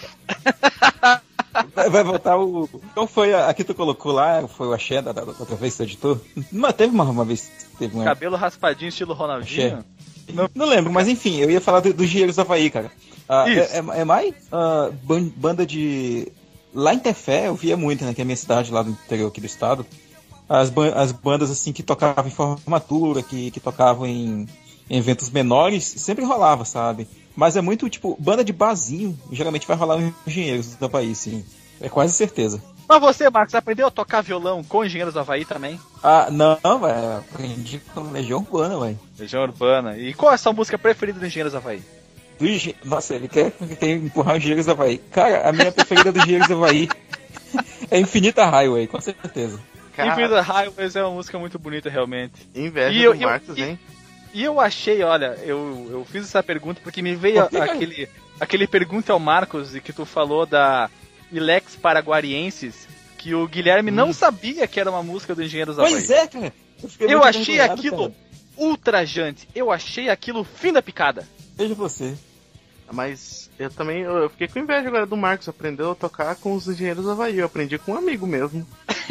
Vai voltar o... Qual foi a que tu colocou lá? Foi o Axé da outra vez que tu editou? Mas teve uma vez... Teve Cabelo raspadinho estilo Ronaldinho? Não lembro, mas enfim, eu ia falar dos Engenheiros do Havaí, cara. É mais banda de... Lá em Tefé eu via muito, né? Que é a minha cidade lá do interior aqui do estado. As bandas assim que tocavam em formatura, que tocavam em eventos menores, sempre rolava, sabe? Mas é muito, tipo, banda de barzinho, geralmente vai rolar em Engenheiros do Havaí, sim. É quase certeza. Mas você, Marcos, aprendeu a tocar violão com Engenheiros do Havaí também? Não, velho. Aprendi com Legião Urbana, velho. Legião Urbana. E qual é a sua música preferida do Engenheiros do Havaí? Nossa, ele quer empurrar o Engenheiros do Havaí. Cara, a minha preferida do Engenheiros do Havaí é Infinita Highway, com certeza. Infinita Highway é uma música muito bonita, realmente. Inveja do Marcos, hein? E eu achei, olha, eu fiz essa pergunta porque me veio aquele pergunta ao Marcos e que tu falou da Ilex Paraguarienses, que o Guilherme não sabia que era uma música do Engenheiros do Havaí. Pois é, cara. Eu achei aquilo ultrajante. Eu achei aquilo fim da picada. Veja você. Mas eu fiquei com inveja agora do Marcos. Aprendeu a tocar com os Engenheiros do Havaí. Eu aprendi com um amigo mesmo.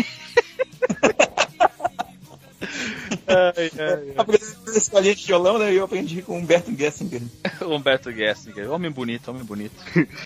Aprendi escolinha de violão, né? E eu aprendi com Humberto Gessinger. Humberto Gessinger, homem bonito.